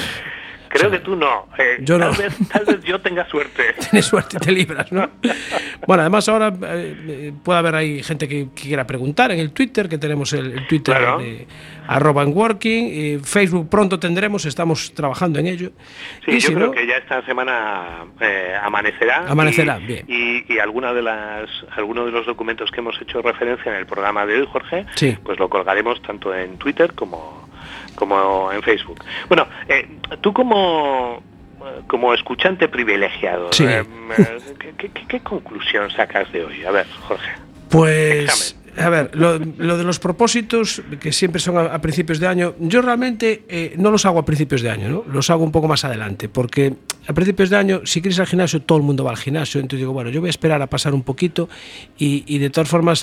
Creo que tú no. Eh, yo tal no. Vez, tal vez yo tenga suerte. Tienes suerte y te libras, ¿no? Bueno, además ahora eh, eh, puede haber ahí gente que, que quiera preguntar en el Twitter, que tenemos el, el Twitter Claro. de arroba en working, y Facebook pronto tendremos, estamos trabajando en ello. Sí, Y yo si creo no, que ya esta semana eh, amanecerá. Amanecerá, y, bien. Y, y alguna de las, algunos de los documentos que hemos hecho referencia en el programa de hoy, Jorge, Sí. pues lo colgaremos tanto en Twitter como, como en Facebook. Bueno, eh, tú como como escuchante privilegiado, Sí. eh, ¿qué, qué, qué conclusión sacas de hoy? A ver, Jorge. Pues, a ver, lo, lo de los propósitos, que siempre son a, a principios de año, yo realmente eh, no los hago a principios de año, ¿no? Los hago un poco más adelante, porque a principios de año, si quieres ir al gimnasio, todo el mundo va al gimnasio, entonces digo, bueno, yo voy a esperar a pasar un poquito y, y de todas formas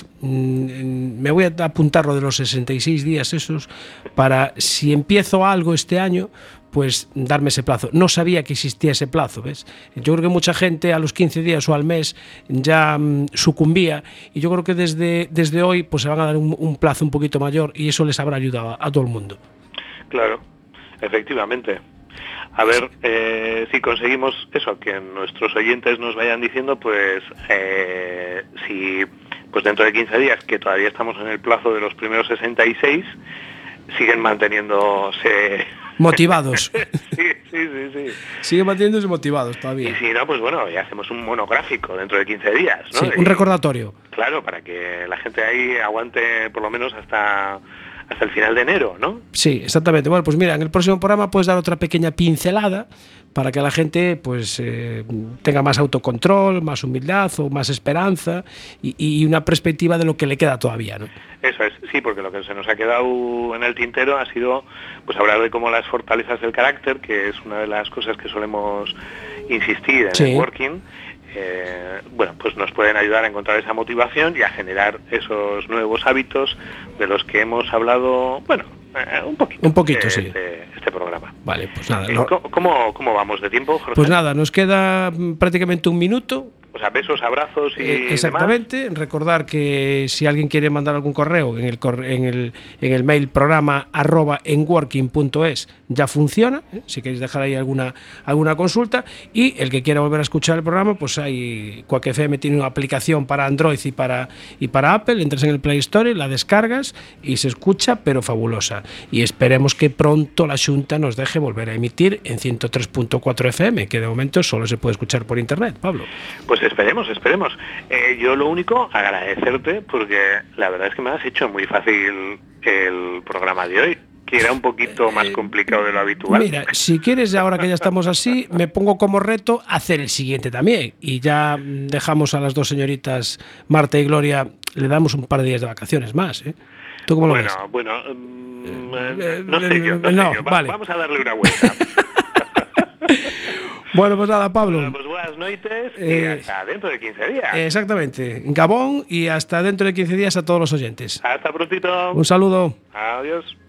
mmm, me voy a apuntar lo de los sesenta y seis días esos, para si empiezo algo este año, pues darme ese plazo. No sabía que existía ese plazo, ¿ves? Yo creo que mucha gente a los quince días o al mes ya mm, sucumbía, y yo creo que desde, desde hoy pues se van a dar un, un plazo un poquito mayor, y eso les habrá ayudado a, a todo el mundo. Claro, efectivamente. A ver, eh, si conseguimos eso, que nuestros oyentes nos vayan diciendo, pues eh, si pues dentro de quince días, que todavía estamos en el plazo de los primeros sesenta y seis, siguen manteniéndose... Motivados. sí, sí, sí, sí. Siguen manteniéndose motivados todavía. Y si no, pues bueno, ya hacemos un monográfico dentro de quince días, ¿no? Sí, Y, un recordatorio. claro, para que la gente ahí aguante por lo menos hasta, hasta el final de enero, ¿no? Sí, exactamente. Bueno, pues mira, en el próximo programa puedes dar otra pequeña pincelada para que la gente pues eh, tenga más autocontrol, más humildad o más esperanza y, y una perspectiva de lo que le queda todavía, ¿no? Eso es. sí, porque lo que se nos ha quedado en el tintero ha sido pues hablar de cómo las fortalezas del carácter, que es una de las cosas que solemos insistir en Sí. el working, eh, bueno, pues nos pueden ayudar a encontrar esa motivación y a generar esos nuevos hábitos de los que hemos hablado, bueno, eh, un poquito. Un poquito, eh, sí. Este, este programa. Vale, pues nada. Eh, no- ¿cómo, cómo, cómo vamos de tiempo, Jorge? Pues nada, nos queda mm, prácticamente un minuto. O sea, besos, abrazos y Eh, exactamente. Recordar que si alguien quiere mandar algún correo en el, corre- en el, en el mail programa arroba enworking punto es ya funciona, ¿eh? Si queréis dejar ahí alguna, alguna consulta. Y el que quiera volver a escuchar el programa, pues hay Quack F M tiene una aplicación para Android y para, y para Apple. Entras en el Play Store, la descargas y se escucha, pero fabulosa. Y esperemos que pronto la Xunta nos deje volver a emitir en ciento tres punto cuatro F M, que de momento solo se puede escuchar por internet, Pablo. Pues esperemos, esperemos. Eh, yo lo único, agradecerte, porque la verdad es que me has hecho muy fácil el programa de hoy, que era un poquito más complicado de lo habitual. Mira, si quieres, ahora que ya estamos así, me pongo como reto hacer el siguiente también. Y ya mm, dejamos a las dos señoritas, Marta y Gloria, le damos un par de días de vacaciones más, ¿eh? ¿Tú cómo bueno, lo ves? bueno, mm, eh, no sé yo, no, no, sé yo. Va- vale. Vamos a darle una vuelta. Bueno, pues nada, Pablo. Pues buenas noches y Eh, hasta dentro de quince días. Exactamente. Gabón y hasta dentro de quince días a todos los oyentes. Hasta prontito. Un saludo. Adiós.